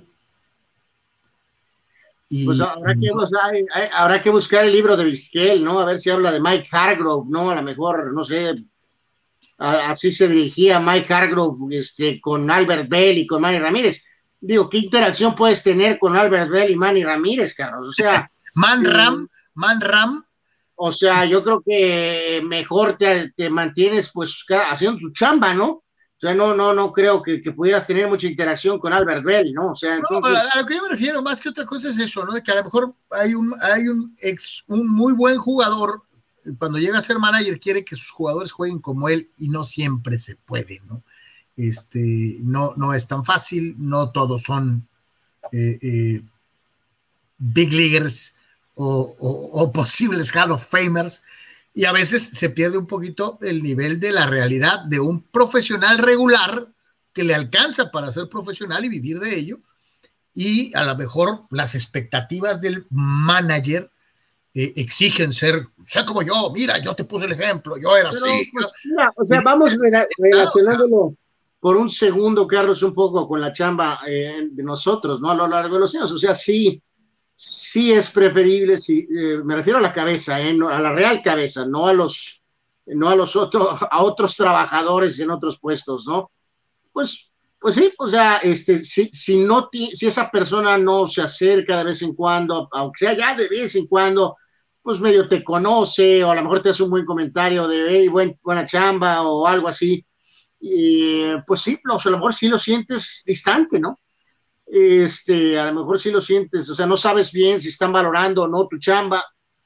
Y pues habrá que, buscar, habrá que buscar el libro de Vizquel, ¿no? A ver si habla de Mike Hargrove, ¿no? A lo mejor, no sé, así se dirigía Mike Hargrove este, con Albert Bell y con Manny Ramírez. Digo, ¿qué interacción puedes tener con Albert Bell y Manny Ramírez, Carlos? O sea... Man Ram, eh, Man Ram. O sea, yo creo que mejor te, te mantienes pues haciendo tu chamba, ¿no? O sea, no, no, no creo que, que pudieras tener mucha interacción con Albert Bell, ¿no? O sea, entonces... No, a lo que yo me refiero, más que otra cosa es eso, ¿no? De que a lo mejor hay un, hay un, ex, un muy buen jugador, cuando llega a ser manager quiere que sus jugadores jueguen como él y no siempre se puede, ¿no? Este, no, no es tan fácil, no todos son eh, eh, big leaguers o, o, o posibles Hall of Famers, y a veces se pierde un poquito el nivel de la realidad de un profesional regular que le alcanza para ser profesional y vivir de ello, y a lo mejor las expectativas del manager eh, exigen ser, sé como yo, mira, yo te puse el ejemplo, yo era Pero, así. Pues, mira, o sea, vamos rela relacionándolo o sea, por un segundo, Carlos, un poco con la chamba eh, de nosotros, ¿no? A lo largo de los años, o sea, sí, sí es preferible, sí, eh, me refiero a la cabeza, eh, no, a la real cabeza, no a los, no a los otros, a otros trabajadores en otros puestos, ¿no? Pues pues sí, o sea, este, si, si, no si esa persona no se acerca de vez en cuando, aunque sea ya de vez en cuando, pues medio te conoce, o a lo mejor te hace un buen comentario de, hey, buen, buena chamba, o algo así, y pues sí, o sea, a lo mejor sí lo sientes distante, ¿no? Este, a lo mejor sí lo sientes, o sea, no sabes bien si están valorando o no tu chamba,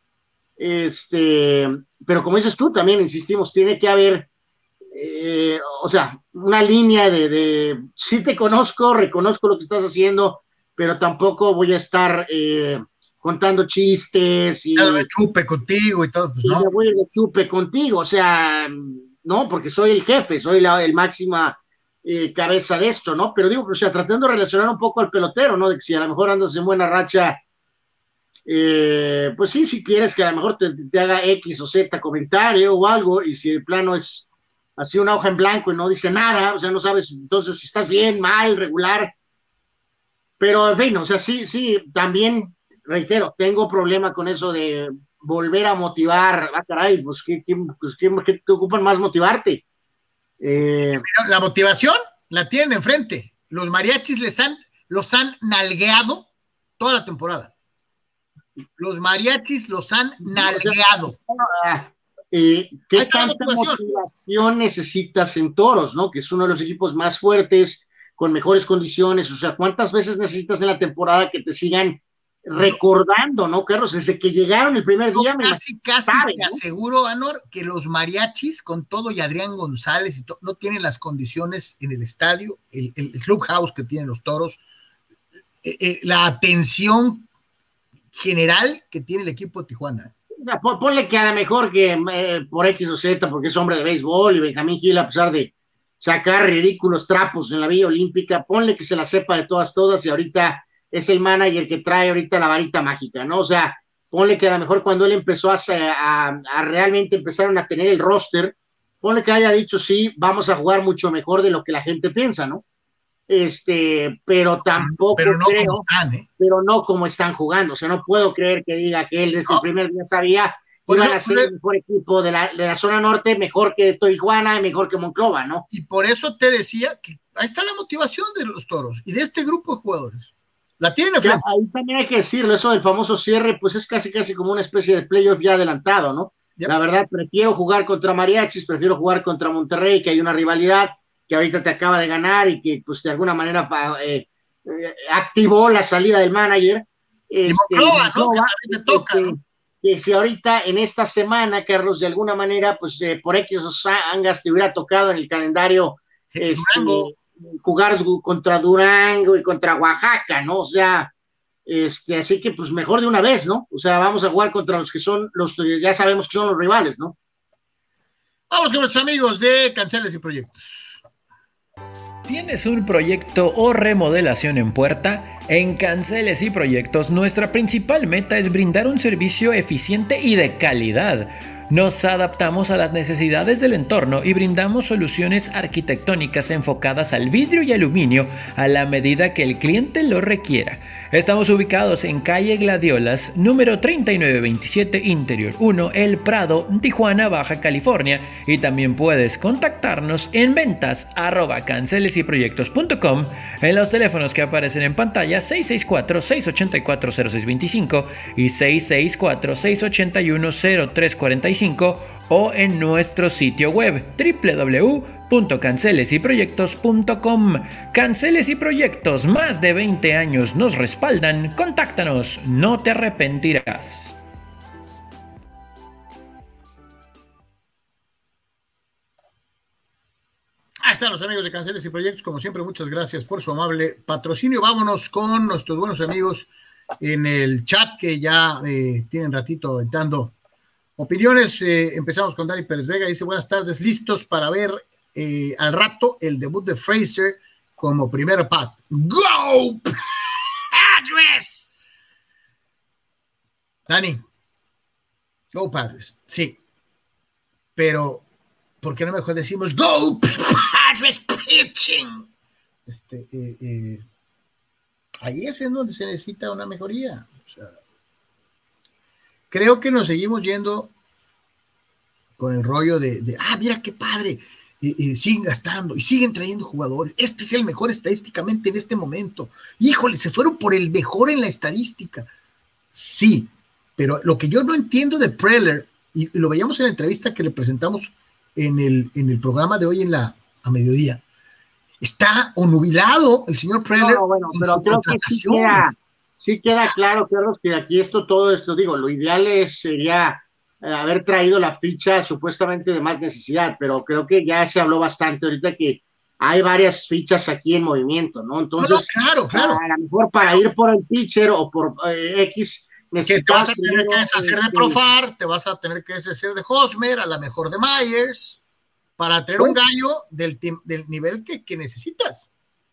este, pero como dices tú, también insistimos, tiene que haber, eh, o sea, una línea de, de, sí te conozco, reconozco lo que estás haciendo, pero tampoco voy a estar eh, contando chistes y... Me chupe contigo y todo, pues y no. me voy de chupe contigo, o sea, no, porque soy el jefe, soy la el máxima eh, cabeza de esto, ¿no? Pero digo, o sea, tratando de relacionar un poco al pelotero, ¿no? De que si a lo mejor andas en buena racha, eh, pues sí, si quieres que a lo mejor te, te haga X o Z comentario o algo, y si el plano es así una hoja en blanco y no dice nada, o sea, no sabes entonces si estás bien, mal, regular, pero en fin, o sea, sí, sí, también, reitero, tengo problema con eso de volver a motivar, ah, caray, pues, ¿qué, qué, pues, qué, qué te ocupan más motivarte? Eh, La motivación la tienen enfrente. Los mariachis les han, los han nalgueado toda la temporada. Los mariachis los han nalgueado. O sea, eh, ¿qué tanta motivación. motivación necesitas en Toros, no? Que es uno de los equipos más fuertes, con mejores condiciones. O sea, ¿cuántas veces necesitas en la temporada que te sigan recordando, no, Carlos? Desde que llegaron el primer día. Yo casi, casi sabe, te ¿no? aseguro, Anor, que los mariachis, con todo y Adrián González, y to, no tienen las condiciones en el estadio, el, el, el clubhouse que tienen los Toros, eh, eh, la atención general que tiene el equipo de Tijuana. Ponle que a lo mejor que eh, por X o Z, porque es hombre de béisbol, y Benjamín Gil, a pesar de sacar ridículos trapos en la Villa Olímpica, ponle que se la sepa de todas, todas, y ahorita es el manager que trae ahorita la varita mágica, ¿no? O sea, ponle que a lo mejor cuando él empezó a, a, a realmente empezaron a tener el roster, ponle que haya dicho, sí, vamos a jugar mucho mejor de lo que la gente piensa, ¿no? Este, pero tampoco pero no creo, como están, ¿eh? pero no como están jugando, o sea, no puedo creer que diga que él desde no. el primer día sabía que iban a ser el mejor equipo de la, de la zona norte, mejor que Tijuana y mejor que Monclova, ¿no? Y por eso te decía que ahí está la motivación de los Toros y de este grupo de jugadores. La tienen de frente. Ya, ahí también hay que decirlo, eso del famoso cierre, pues es casi casi como una especie de playoff ya adelantado, ¿no? Yep. La verdad, prefiero jugar contra Mariachis, prefiero jugar contra Monterrey, que hay una rivalidad que ahorita te acaba de ganar y que pues de alguna manera eh, eh, activó la salida del manager. Este, y Monclova, ¿no? Que también te toca, que, ¿no? Que si ahorita en esta semana, Carlos, de alguna manera, pues eh, por X o Angas te hubiera tocado en el calendario sí, este, jugar contra Durango y contra Oaxaca, ¿no? O sea, este, así que pues mejor de una vez, ¿no? O sea, vamos a jugar contra los que son, los ya sabemos que son los rivales, ¿no? Vamos con nuestros amigos de Canceles y Proyectos. ¿Tienes un proyecto o remodelación en puerta? En Canceles y Proyectos, nuestra principal meta es brindar un servicio eficiente y de calidad. Nos adaptamos a las necesidades del entorno y brindamos soluciones arquitectónicas enfocadas al vidrio y aluminio a la medida que el cliente lo requiera. Estamos ubicados en calle Gladiolas, número treinta y nueve veintisiete, Interior uno, El Prado, Tijuana, Baja California, y también puedes contactarnos en ventas arroba canceles y proyectos punto com, en los teléfonos que aparecen en pantalla seis seis cuatro, seis ocho cuatro, cero seis dos cinco y seis seis cuatro, seis ocho uno, cero tres cuatro cinco o en nuestro sitio web doble u doble u doble u punto canceles y proyectos punto com. Canceles y Proyectos, más de veinte años nos respaldan. Contáctanos, no te arrepentirás. Ahí están los amigos de Canceles y Proyectos, como siempre, muchas gracias por su amable patrocinio. Vámonos con nuestros buenos amigos en el chat que ya eh, tienen ratito aventando opiniones. Eh, empezamos con Dani Pérez Vega, dice: buenas tardes, listos para ver eh, al rato el debut de Fraser como primer pat. ¡Go Padres! Dani, go Padres, sí, pero ¿por qué no mejor decimos go Padres pitching? Este, eh, eh, ahí es en donde se necesita una mejoría. O sea, creo que nos seguimos yendo con el rollo de, de ah, mira qué padre, y, y siguen gastando y siguen trayendo jugadores. Este es el mejor estadísticamente en este momento. Híjole, se fueron por el mejor en la estadística. Sí, pero lo que yo no entiendo de Preller, y lo veíamos en la entrevista que le presentamos en el, en el programa de hoy en la, a mediodía, está onubilado el señor Preller. No, bueno, pero creo que sí queda, sí queda claro, Carlos, que aquí esto, todo esto, digo, lo ideal es, sería eh, haber traído la ficha supuestamente de más necesidad, pero creo que ya se habló bastante ahorita que hay varias fichas aquí en movimiento, ¿no? Entonces, no, no, claro, claro. A lo mejor para ir por el pitcher o por eh, X, que te vas a tener que deshacer de Profar, te vas a tener que deshacer de Hosmer, a lo mejor de Myers, para tener un gallo del, del nivel que, que necesitas.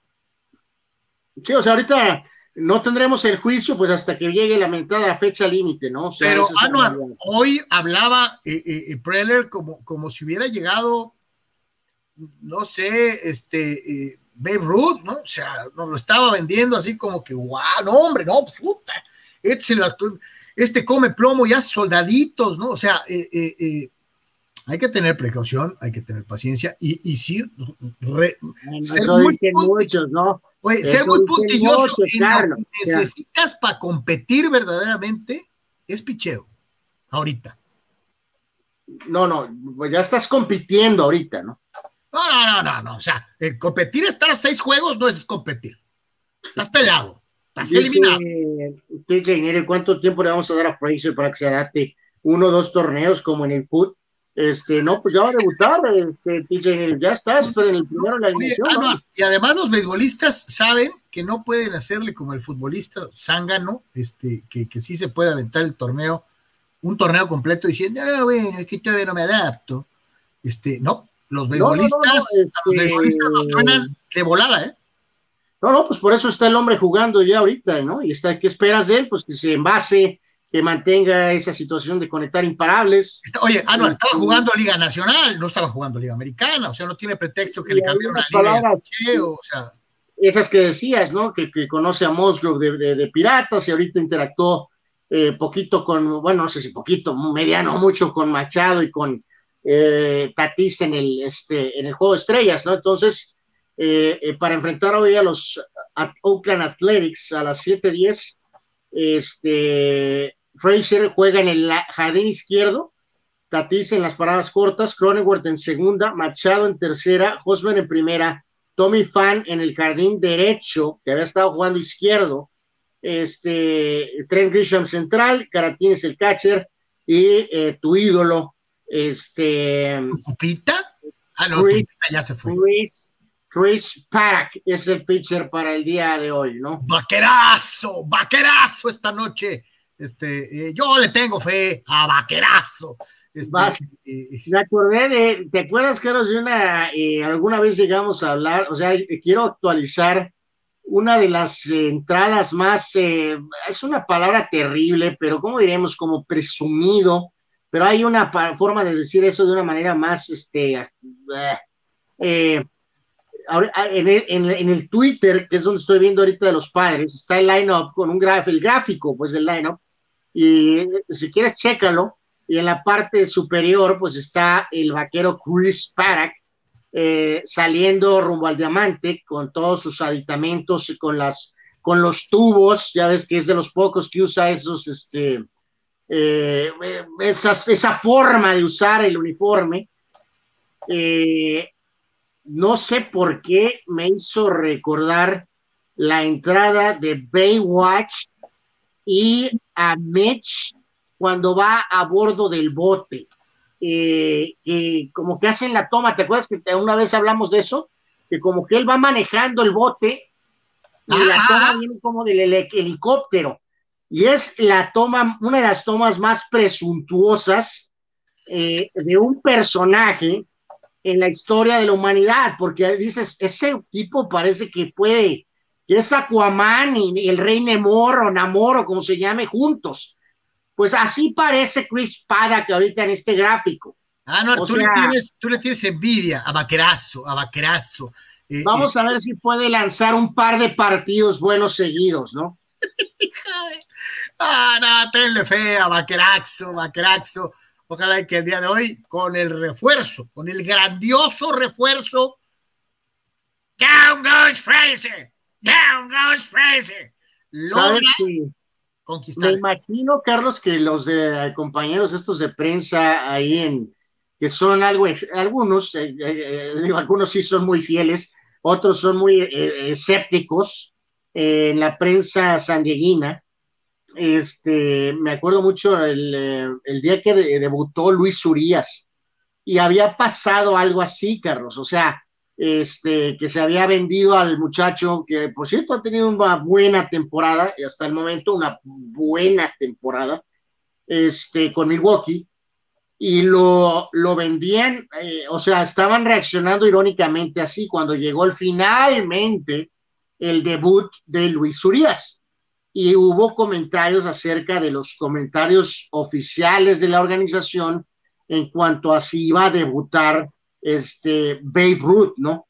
Sí, o sea, ahorita no tendremos el juicio pues hasta que llegue la mentada fecha límite, ¿no? O sea, pero Anuar, hoy hablaba eh, eh, Preller como, como si hubiera llegado, no sé, este eh, Babe Ruth, ¿no? O sea, nos lo estaba vendiendo así como que, guau, no, hombre, no, puta. Este, este come plomo y hace soldaditos, ¿no? O sea, eh, eh, eh, hay que tener precaución, hay que tener paciencia y, y sí, re, bueno, ser eso muy dicen muchos, ¿no? Oye, ser muy puntilloso en lo que necesitas para competir verdaderamente es picheo, ahorita. No, no, pues ya estás compitiendo ahorita, ¿no? No, no, no, no, no. O sea, eh, competir, estar a seis juegos no es competir. Estás pelado. Estás Dice, eliminado. T J, ¿cuánto tiempo le vamos a dar a Frazier para que se adapte? Uno o dos torneos como en el foot. Este, no, pues ya va a debutar, este, T J, ya estás, pero en el primero de la alineación. Ah, no. Y además los beisbolistas saben que no pueden hacerle como el futbolista zángano, este, que, que sí se puede aventar el torneo, un torneo completo diciendo, no, bueno, es que todavía no me adapto. Este, no, los beisbolistas, no, no, no, no, este... a los beisbolistas los truenan de volada, ¿eh? No, no, pues por eso está el hombre jugando ya ahorita, ¿no? Y está, ¿qué esperas de él? Pues que se envase, que mantenga esa situación de conectar imparables. Oye, Anuar, estaba jugando Liga Nacional, no estaba jugando Liga Americana, o sea, no tiene pretexto que le cambiaron la liga. Palabras, cheo, o sea. Esas que decías, ¿no? Que, que conoce a Musgrove de, de, de Piratas y ahorita interactuó eh, poquito con, bueno, no sé si poquito, mediano, mucho con Machado y con eh, Tatis en el, este, en el Juego de Estrellas, ¿no? Entonces, eh, eh, para enfrentar hoy a los a Oakland Athletics a las siete diez, este, Frazier juega en el jardín izquierdo, Tatis en las paradas cortas, Cronenworth en segunda, Machado en tercera, Hosmer en primera, Tommy Pham en el jardín derecho, que había estado jugando izquierdo, este, Trent Grisham central, Caratini es el catcher, y eh, tu ídolo, este... ¿Cupita? Ah, no, Chris, ya se fue. Chris, Chris Paddack es el pitcher para el día de hoy, ¿no? Vaquerazo, vaquerazo esta noche. Este, eh, yo le tengo fe a Vaquerazo. Este, Vas, eh, me acordé de, ¿te acuerdas, Carlos, de una, eh, alguna vez llegamos a hablar, o sea, eh, quiero actualizar una de las eh, entradas más, eh, es una palabra terrible, pero ¿cómo diremos? Como presumido, pero hay una forma de decir eso de una manera más, este, eh, en el, en, en el Twitter, que es donde estoy viendo ahorita de los Padres, está el line-up con un graf, el gráfico, pues, del line-up, y si quieres, chécalo, y en la parte superior, pues, está el vaquero Chris Paddack, eh, saliendo rumbo al diamante, con todos sus aditamentos, y con las, con los tubos, ya ves que es de los pocos que usa esos, este, eh, esas, esa forma de usar el uniforme, eh, no sé por qué me hizo recordar la entrada de Baywatch y a Mitch cuando va a bordo del bote. Eh, eh, como que hacen la toma, ¿te acuerdas que una vez hablamos de eso? Que como que él va manejando el bote y ah, la toma viene como del hel helicóptero. Y es la toma, una de las tomas más presuntuosas eh, de un personaje en la historia de la humanidad, porque dices, ese tipo parece que puede, que es Aquaman y el rey Namor o Namor o como se llame juntos. Pues así parece Chris Paddack ahorita en este gráfico. Ah, no, tú, sea, le tienes, tú le tienes envidia a Vaquerazo, a Vaquerazo. Eh, vamos eh, a ver si puede lanzar un par de partidos buenos seguidos, ¿no? Ah, no, tenle fe a Vaquerazo, Vaquerazo. Ojalá que el día de hoy, con el refuerzo, con el grandioso refuerzo, down goes Fraser, down goes Fraser, logra conquistar. Me imagino, Carlos, que los de compañeros estos de prensa ahí en, que son algo, algunos, eh, eh, digo, algunos sí son muy fieles, otros son muy eh, escépticos eh, en la prensa sandieguina. Este, me acuerdo mucho el, el día que de, debutó Luis Urías y había pasado algo así, Carlos, o sea, este, que se había vendido al muchacho, que por cierto ha tenido una buena temporada, hasta el momento una buena temporada, este, con Milwaukee, y lo, lo vendían, eh, o sea, estaban reaccionando irónicamente así cuando llegó el, finalmente el debut de Luis Urías. Y hubo comentarios acerca de los comentarios oficiales de la organización en cuanto a si iba a debutar este Babe Ruth, ¿no?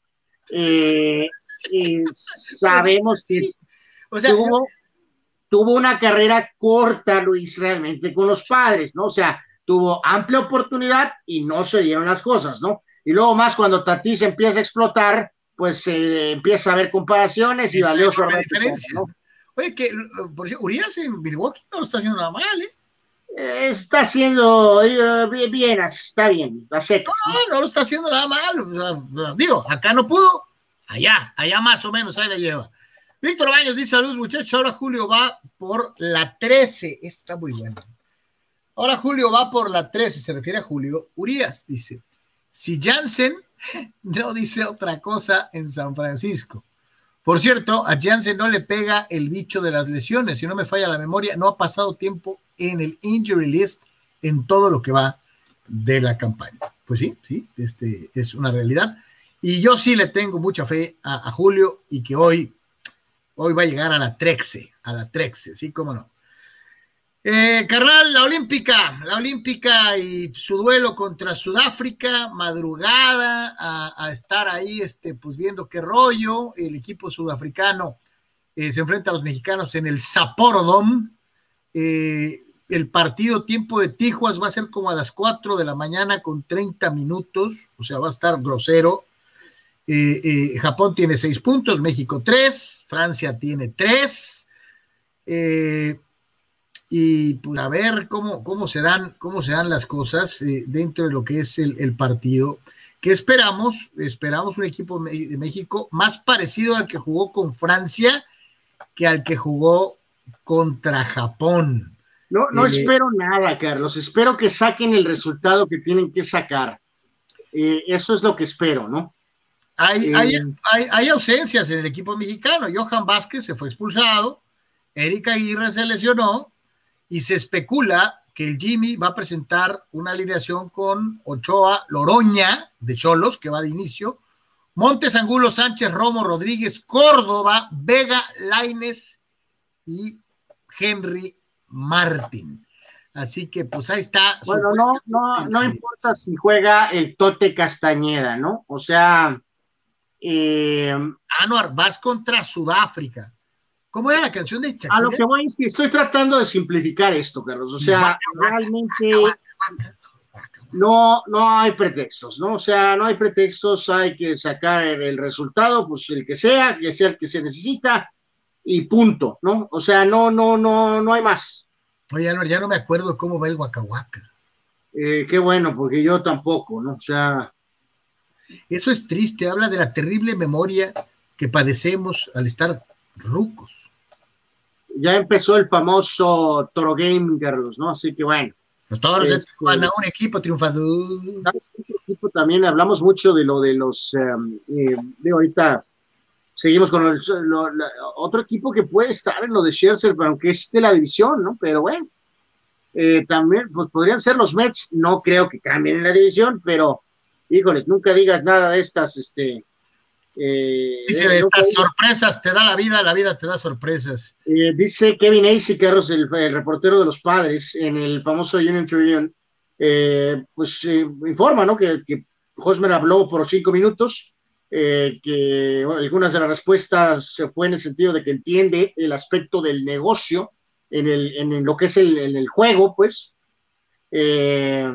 Eh, eh, sabemos que o sea, tuvo, tuvo una carrera corta, Luis, realmente con los Padres, ¿no? O sea, tuvo amplia oportunidad y no se dieron las cosas, ¿no? Y luego más cuando Tatis empieza a explotar, pues eh, empieza a haber comparaciones y valió su diferencia, ¿no? Oye, que por cierto, Urías en Milwaukee no lo está haciendo nada mal, ¿eh? Eh, está haciendo eh, bien, bien, está bien, a secas. No, no, no lo está haciendo nada mal. O sea, digo, acá no pudo, allá, allá más o menos, ahí la lleva. Víctor Baños dice: saludos, muchachos. Ahora Julio va por la trece. Está muy bueno. Ahora Julio va por la trece, se refiere a Julio Urías. Dice: si Jansen no dice otra cosa en San Francisco. Por cierto, a Jansen no le pega el bicho de las lesiones, si no me falla la memoria, no ha pasado tiempo en el injury list en todo lo que va de la campaña. Pues sí, sí, este es una realidad. Y yo sí le tengo mucha fe a, a Julio y que hoy, hoy va a llegar a la trece, a la trece, sí, cómo no. Eh, carnal, la Olímpica, la Olímpica y su duelo contra Sudáfrica, madrugada a, a estar ahí, este, pues viendo qué rollo. El equipo sudafricano eh, se enfrenta a los mexicanos en el Sapporo Dome. Eh, el partido tiempo de Tijuas va a ser como a las cuatro de la mañana con treinta minutos, o sea, va a estar grosero. Eh, eh, Japón tiene seis puntos, México tres, Francia tiene tres. Eh, y pues a ver cómo, cómo, se, dan, cómo se dan las cosas eh, dentro de lo que es el, el partido, que esperamos, esperamos un equipo de México más parecido al que jugó con Francia que al que jugó contra Japón. No, no eh, espero nada, Carlos, espero que saquen el resultado que tienen que sacar. Eh, eso es lo que espero, ¿no? Hay, eh, hay, hay, hay ausencias en el equipo mexicano. Johan Vázquez se fue expulsado, Erika Aguirre se lesionó, y se especula que el Jimmy va a presentar una alineación con Ochoa, Loroña, de Xolos, que va de inicio, Montes, Angulo, Sánchez, Romo, Rodríguez, Córdoba, Vega, Lainez y Henry Martin. Así que, pues ahí está. Bueno, no, no, no importa si juega el Tote Castañeda, ¿no? O sea... Eh, Anuar, vas contra Sudáfrica. ¿Cómo era la canción de Shakira? A lo que voy es que estoy tratando de simplificar esto, Carlos. O sea, vaca, realmente vaca, vaca, vaca, no, no hay pretextos, ¿no? O sea, no hay pretextos, hay que sacar el, el resultado, pues el que sea, que sea el que se necesita, y punto, ¿no? O sea, no, no, no, no hay más. Oye, Álvaro, ya no me acuerdo cómo va el Waka Waka. Eh, qué bueno, porque yo tampoco, ¿no? O sea... Eso es triste, habla de la terrible memoria que padecemos al estar rucos. Ya empezó el famoso Toro Game, Carlos, ¿no? Así que bueno. Los Toros este, de Tijuana, un equipo triunfador. Equipo también hablamos mucho de lo de los, um, eh, de ahorita seguimos con el, lo, la, otro equipo que puede estar en lo de Scherzer, aunque es de la división, ¿no? Pero bueno, eh, también pues, podrían ser los Mets, no creo que cambien en la división, pero híjole, nunca digas nada de estas, este... Eh, dice de estas no, sorpresas, te da la vida, la vida te da sorpresas. Eh, dice Kevin Acey, Carlos, el, el reportero de los Padres, en el famoso Union Tribune, eh, pues eh, informa, ¿no? Que, que Hosmer habló por cinco minutos, eh, que bueno, algunas de las respuestas se fue en el sentido de que entiende el aspecto del negocio en, el, en el, lo que es el, en el juego, pues, Eh,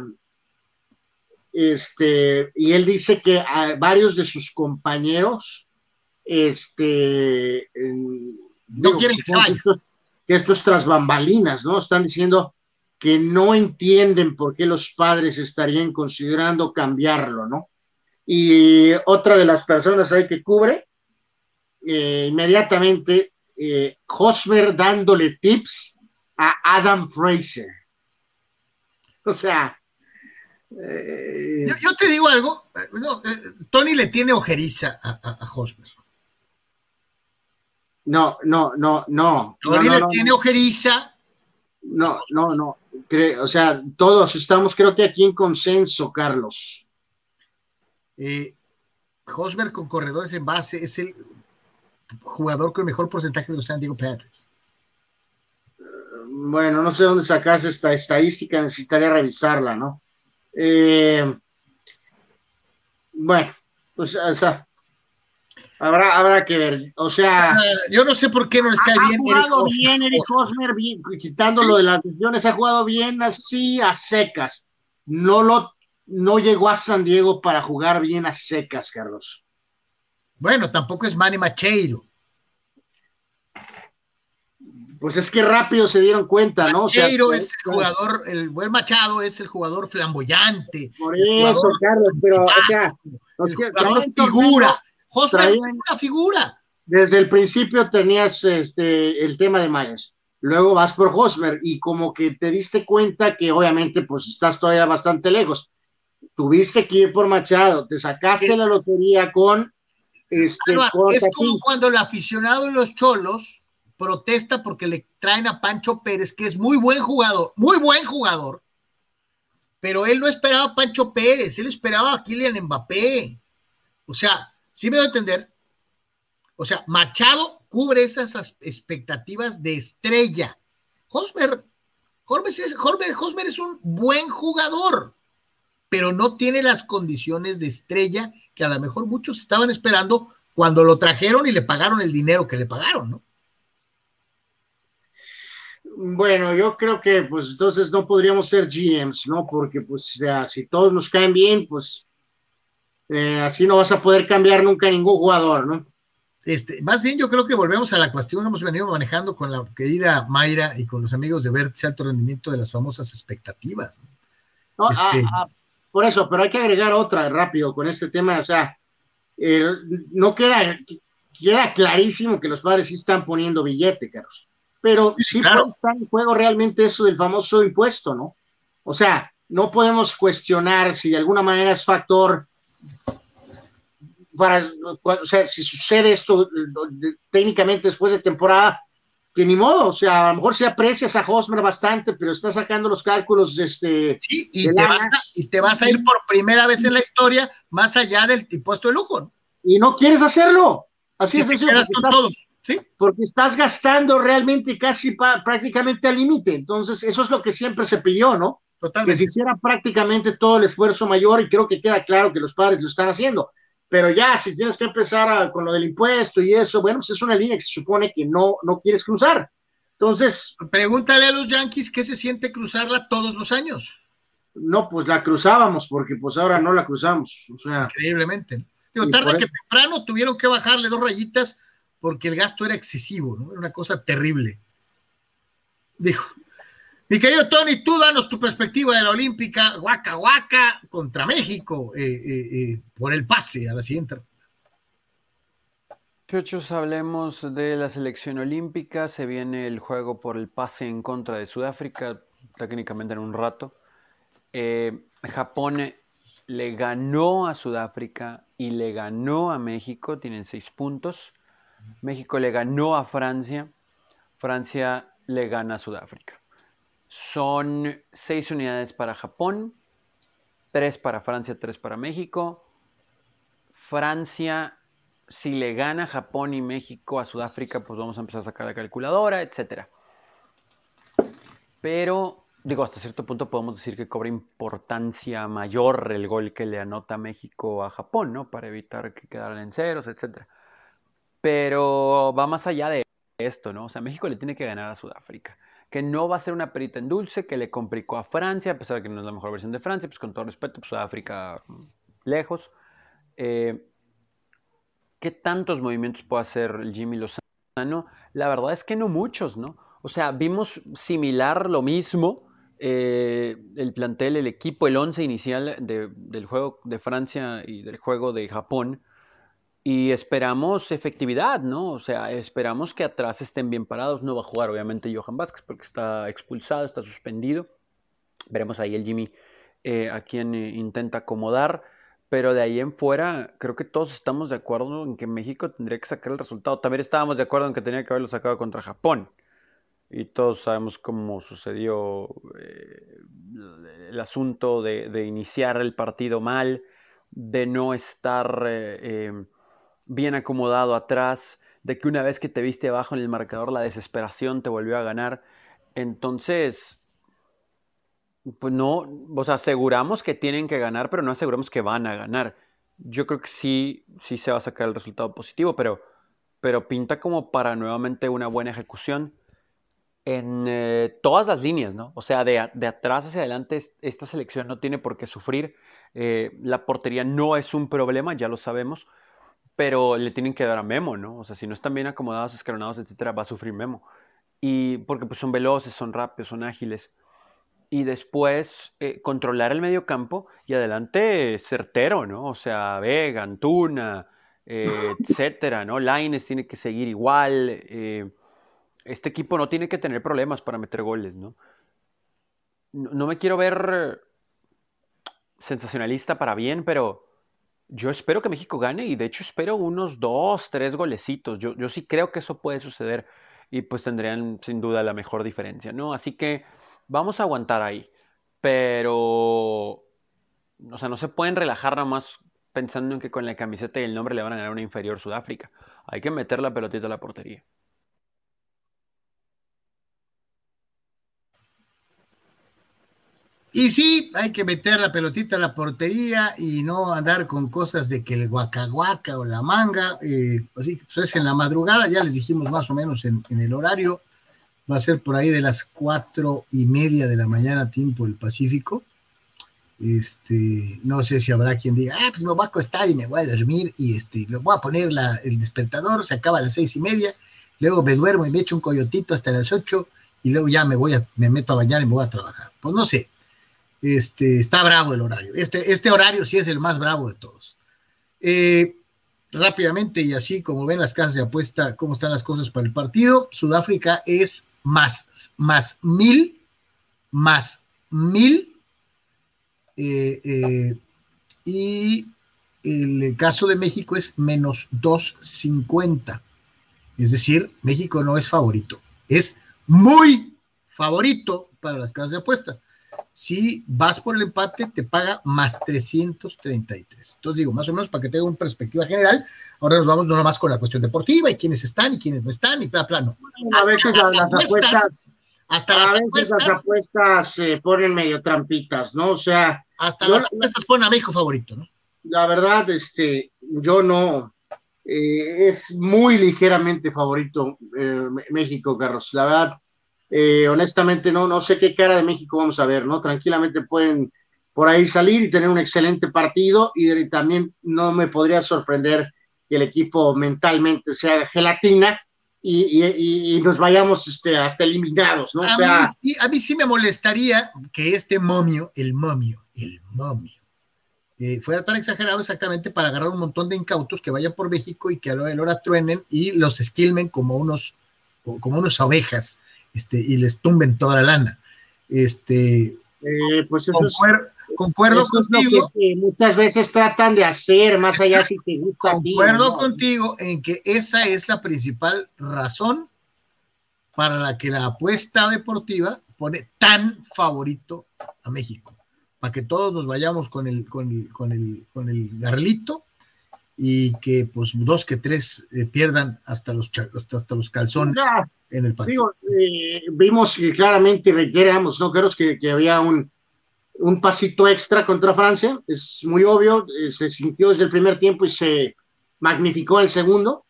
este, y él dice que a varios de sus compañeros, este, no digo, quieren que se vaya. Estos, que estos tras bambalinas, ¿no? Están diciendo que no entienden por qué los padres estarían considerando cambiarlo, ¿no? Y otra de las personas ahí que cubre, eh, inmediatamente, eh, Hosmer dándole tips a Adam Fraser. O sea, eh, Yo, yo te digo algo, no, eh, Tony le tiene ojeriza a, a, a Hosmer. no, no, no, no. Tony no, le no, tiene no. ojeriza. No, no, no. Cre- o sea, todos estamos, creo que aquí en consenso, Carlos. Eh, Hosmer con corredores en base es el jugador con mejor porcentaje de los San Diego Padres. Bueno, no sé dónde sacas esta estadística, necesitaría revisarla, ¿no? Eh, bueno, pues, o sea, habrá, habrá que ver. O sea, uh, yo no sé por qué no les cae ha, bien ha jugado Eric Hosmer. bien Eric Hosmer, bien, quitándolo Sí. de las lesiones, ha jugado bien así a secas. No lo, no llegó a San Diego para jugar bien a secas, Carlos. Bueno, tampoco es Manny Machado. Pues es que rápido se dieron cuenta, ¿no? Machado O sea, es el jugador, el buen Machado es el jugador flamboyante. Por el eso, jugador, Carlos, pero, o sea, el jugador figura. Hosmer es una figura. Desde el principio tenías este, el tema de Myers, luego vas por Hosmer y como que te diste cuenta que obviamente pues estás todavía bastante lejos. Tuviste que ir por Machado, te sacaste ¿Qué? la lotería con este. Álvaro, con es Tatín. como cuando el aficionado de los Cholos protesta porque le traen a Pancho Pérez, que es muy buen jugador, muy buen jugador, pero él no esperaba a Pancho Pérez, él esperaba a Kylian Mbappé. O sea, ¿sí me doy a entender? O sea, Machado cubre esas expectativas de estrella. Hosmer, Hosmer es, Hosmer, Hosmer es un buen jugador, pero no tiene las condiciones de estrella que a lo mejor muchos estaban esperando cuando lo trajeron y le pagaron el dinero que le pagaron, ¿no? Bueno, yo creo que pues entonces no podríamos ser G Ms, ¿no? Porque pues ya, si todos nos caen bien, pues eh, así no vas a poder cambiar nunca a ningún jugador, ¿no? Este, más bien yo creo que volvemos a la cuestión que hemos venido manejando con la querida Mayra y con los amigos de Vértice Alto Rendimiento de las famosas expectativas. No, este... ah, ah, por eso, pero hay que agregar otra rápido con este tema, o sea, eh, no queda, queda clarísimo que los padres sí están poniendo billete, Carlos, pero sí, sí claro. puede estar en juego realmente eso del famoso impuesto, ¿no? O sea, no podemos cuestionar si de alguna manera es factor para, o sea, si sucede esto técnicamente después de temporada, que ni modo, o sea, a lo mejor si aprecias a Hosmer bastante, pero está sacando los cálculos este, sí, y, te vas a, y te vas a ir por primera vez en la historia más allá del impuesto de lujo, ¿no? Y no quieres hacerlo, así si es decir, porque, estás, todos, ¿sí? porque estás gastando realmente casi pa, prácticamente al límite, entonces eso es lo que siempre se pidió, ¿no? Totalmente. Que se hiciera prácticamente todo el esfuerzo mayor y creo que queda claro que los padres lo están haciendo. Pero ya, si tienes que empezar a, con lo del impuesto y eso, bueno, pues es una línea que se supone que no, no quieres cruzar. Entonces... Pregúntale a los Yankees qué se siente cruzarla todos los años. No, pues la cruzábamos, porque pues ahora no la cruzamos. O sea, increíblemente. Digo, tarde que temprano tuvieron que bajarle dos rayitas porque el gasto era excesivo, ¿no? Era una cosa terrible. Dijo, mi querido Tony, tú danos tu perspectiva de la Olímpica, Waka Waka contra México, eh, eh, eh, por el pase a la siguiente. Muchachos, hablemos de la selección olímpica. Se viene el juego por el pase en contra de Sudáfrica, técnicamente en un rato. Eh, Japón le ganó a Sudáfrica y le ganó a México, tienen seis puntos. México le ganó a Francia, Francia le gana a Sudáfrica. Son seis unidades para Japón, tres para Francia, tres para México. Francia, si le gana Japón y México a Sudáfrica, pues vamos a empezar a sacar la calculadora, etcétera. Pero, digo, hasta cierto punto podemos decir que cobra importancia mayor el gol que le anota México a Japón, ¿no? Para evitar que quedaran en ceros, etcétera. Pero va más allá de esto, ¿no? O sea, México le tiene que ganar a Sudáfrica. que no va a ser una perita en dulce, que le complicó a Francia, a pesar de que no es la mejor versión de Francia, pues con todo respeto, pues Sudáfrica lejos. Eh, ¿Qué tantos movimientos puede hacer el Jimmy Lozano? La verdad es que no muchos, ¿no? O sea, vimos similar lo mismo, eh, el plantel, el equipo, el once inicial de, del juego de Francia y del juego de Japón, y esperamos efectividad, ¿no? O sea, esperamos que atrás estén bien parados. No va a jugar, obviamente, Johan Vázquez porque está expulsado, está suspendido. Veremos ahí el Jimmy eh, a quien eh, intenta acomodar. Pero de ahí en fuera, creo que todos estamos de acuerdo en que México tendría que sacar el resultado. También estábamos de acuerdo en que tenía que haberlo sacado contra Japón. Y todos sabemos cómo sucedió eh, el asunto de, de iniciar el partido mal, de no estar... Eh, eh, bien acomodado atrás, de que una vez que te viste abajo en el marcador la desesperación te volvió a ganar. Entonces, pues no, o sea, aseguramos que tienen que ganar, pero no aseguramos que van a ganar. Yo creo que sí, sí se va a sacar el resultado positivo, pero, pero pinta como para nuevamente una buena ejecución en eh, todas las líneas, ¿no? O sea, de, de atrás hacia adelante esta selección no tiene por qué sufrir. Eh, la portería no es un problema, ya lo sabemos, pero le tienen que dar a Memo, ¿no? O sea, si no están bien acomodados, escalonados, etcétera, va a sufrir Memo. Y porque pues son veloces, son rápidos, son ágiles. Y después eh, controlar el medio campo y adelante certero, ¿no? O sea, Vega, Antuna, eh, etcétera, ¿no? Lainez tiene que seguir igual. Eh, este equipo no tiene que tener problemas para meter goles, ¿no? No, no me quiero ver sensacionalista para bien, pero yo espero que México gane y de hecho espero unos dos, tres golecitos. Yo, yo sí creo que eso puede suceder y pues tendrían sin duda la mejor diferencia, ¿no? Así que vamos a aguantar ahí. Pero, o sea, no se pueden relajar nada más pensando en que con la camiseta y el nombre le van a ganar una inferior Sudáfrica. Hay que meter la pelotita a la portería. Y sí, hay que meter la pelotita a la portería y no andar con cosas de que el guacaguaca o la manga, eh, así que pues es en la madrugada, ya les dijimos más o menos en, en el horario, va a ser por ahí de las cuatro y media de la mañana, tiempo del Pacífico. Este, no sé si habrá quien diga, ah, pues me voy a acostar y me voy a dormir y este, lo voy a poner la, el despertador, se acaba a las seis y media, luego me duermo y me echo un coyotito hasta las ocho y luego ya me voy a, me meto a bañar y me voy a trabajar. Pues no sé. Este, está bravo el horario. Este, este horario sí es el más bravo de todos. Eh, rápidamente, y así como ven las casas de apuesta, cómo están las cosas para el partido, Sudáfrica es más, más mil, más mil, eh, eh, y el caso de México es menos doscientos cincuenta. Es decir, México no es favorito, es muy favorito para las casas de apuesta. Si vas por el empate, te paga más trescientos treinta y tres. Entonces digo, más o menos para que tenga una perspectiva general, ahora nos vamos no nomás con la cuestión deportiva y quiénes están y quiénes no están y bla, bla, no. A veces las, las apuestas, hasta a las veces apuestas, las apuestas se ponen medio trampitas, ¿no? O sea, hasta yo, las apuestas ponen a México favorito, ¿no? La verdad, este, yo no, eh, es muy ligeramente favorito eh, México, Carlos. La verdad, Eh, honestamente no, no sé qué cara de México vamos a ver, ¿no? Tranquilamente pueden por ahí salir y tener un excelente partido y, y también no me podría sorprender que el equipo mentalmente sea gelatina y, y, y nos vayamos este, hasta eliminados, ¿no? O a, sea, mí sí, a mí sí me molestaría que este momio, el momio, el momio, eh, fuera tan exagerado exactamente para agarrar un montón de incautos que vayan por México y que a la hora de la hora truenen y los esquilmen como unos, como unos ovejas. Este, y les tumben toda la lana. Este, eh, pues eso concuer, es, concuerdo eso contigo. Es lo que muchas veces tratan de hacer, más allá si te gusta. Concuerdo a ti, ¿no? contigo en que esa es la principal razón para la que la apuesta deportiva pone tan favorito a México. Para que todos nos vayamos con el, con el, con el, con el garlito y que pues dos que tres eh, pierdan hasta los, hasta, hasta los calzones. Ya, en el partido. Digo, eh, vimos que claramente, reiteramos, ¿no? Creo que, que había un, un pasito extra contra Francia, es muy obvio, eh, se sintió desde el primer tiempo y se magnificó el segundo,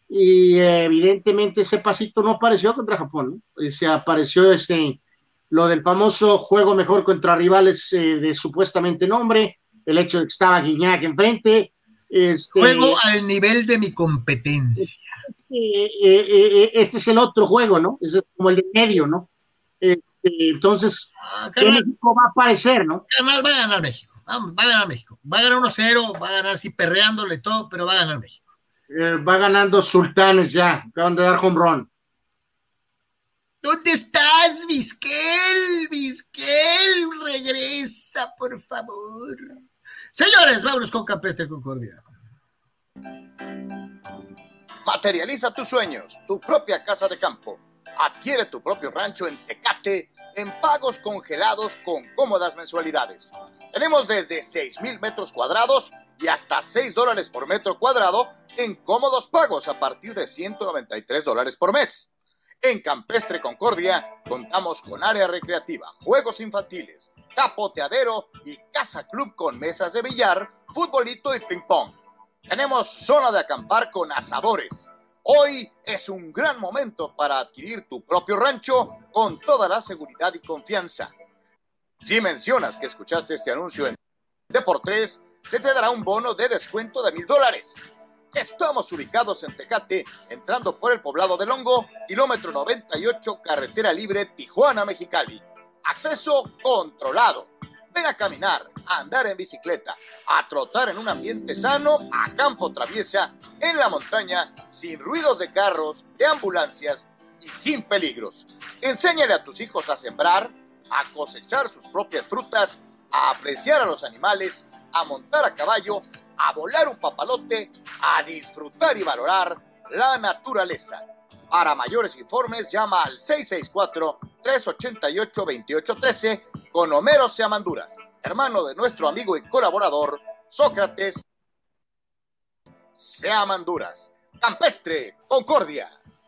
y eh, evidentemente ese pasito no apareció contra Japón, ¿no? Y se apareció este, lo del famoso juego mejor contra rivales eh, de supuestamente nombre, el hecho de que estaba Guiñac enfrente. Este, juego al nivel de mi competencia. Eh, eh, eh, este es el otro juego, ¿no? Es como el de medio, ¿no? Este, entonces, ah, ¿qué México va a aparecer, no? Carnal, va a ganar México, va, va a ganar México, va a ganar uno cero, va a ganar así perreándole todo, pero va a ganar México. Eh, va ganando Sultanes ya, acaban de dar home run. ¿Dónde estás, Vizquel? Vizquel, regresa, por favor. Señores, vámonos con Campestre Concordia. Materializa tus sueños, tu propia casa de campo. Adquiere tu propio rancho en Tecate en pagos congelados con cómodas mensualidades. Tenemos desde seis mil metros cuadrados y hasta seis dólares por metro cuadrado en cómodos pagos a partir de ciento noventa y tres dólares por mes. En Campestre Concordia contamos con área recreativa, juegos infantiles, capoteadero y casa club con mesas de billar, futbolito y ping pong. Tenemos zona de acampar con asadores. Hoy es un gran momento para adquirir tu propio rancho con toda la seguridad y confianza. Si mencionas que escuchaste este anuncio en D por tres, se te dará un bono de descuento de mil dólares. Estamos ubicados en Tecate, entrando por el poblado del Hongo, kilómetro noventa y ocho, carretera libre Tijuana-Mexicali. Acceso controlado. Ven a caminar, a andar en bicicleta, a trotar en un ambiente sano, a campo traviesa, en la montaña, sin ruidos de carros, de ambulancias y sin peligros. Enséñale a tus hijos a sembrar, a cosechar sus propias frutas, a apreciar a los animales, a montar a caballo, a volar un papalote, a disfrutar y valorar la naturaleza. Para mayores informes, llama al seis seis cuatro, tres ocho ocho, dos ocho uno tres con Homero Seamanduras, hermano de nuestro amigo y colaborador Sócrates Seamanduras. Campestre Concordia.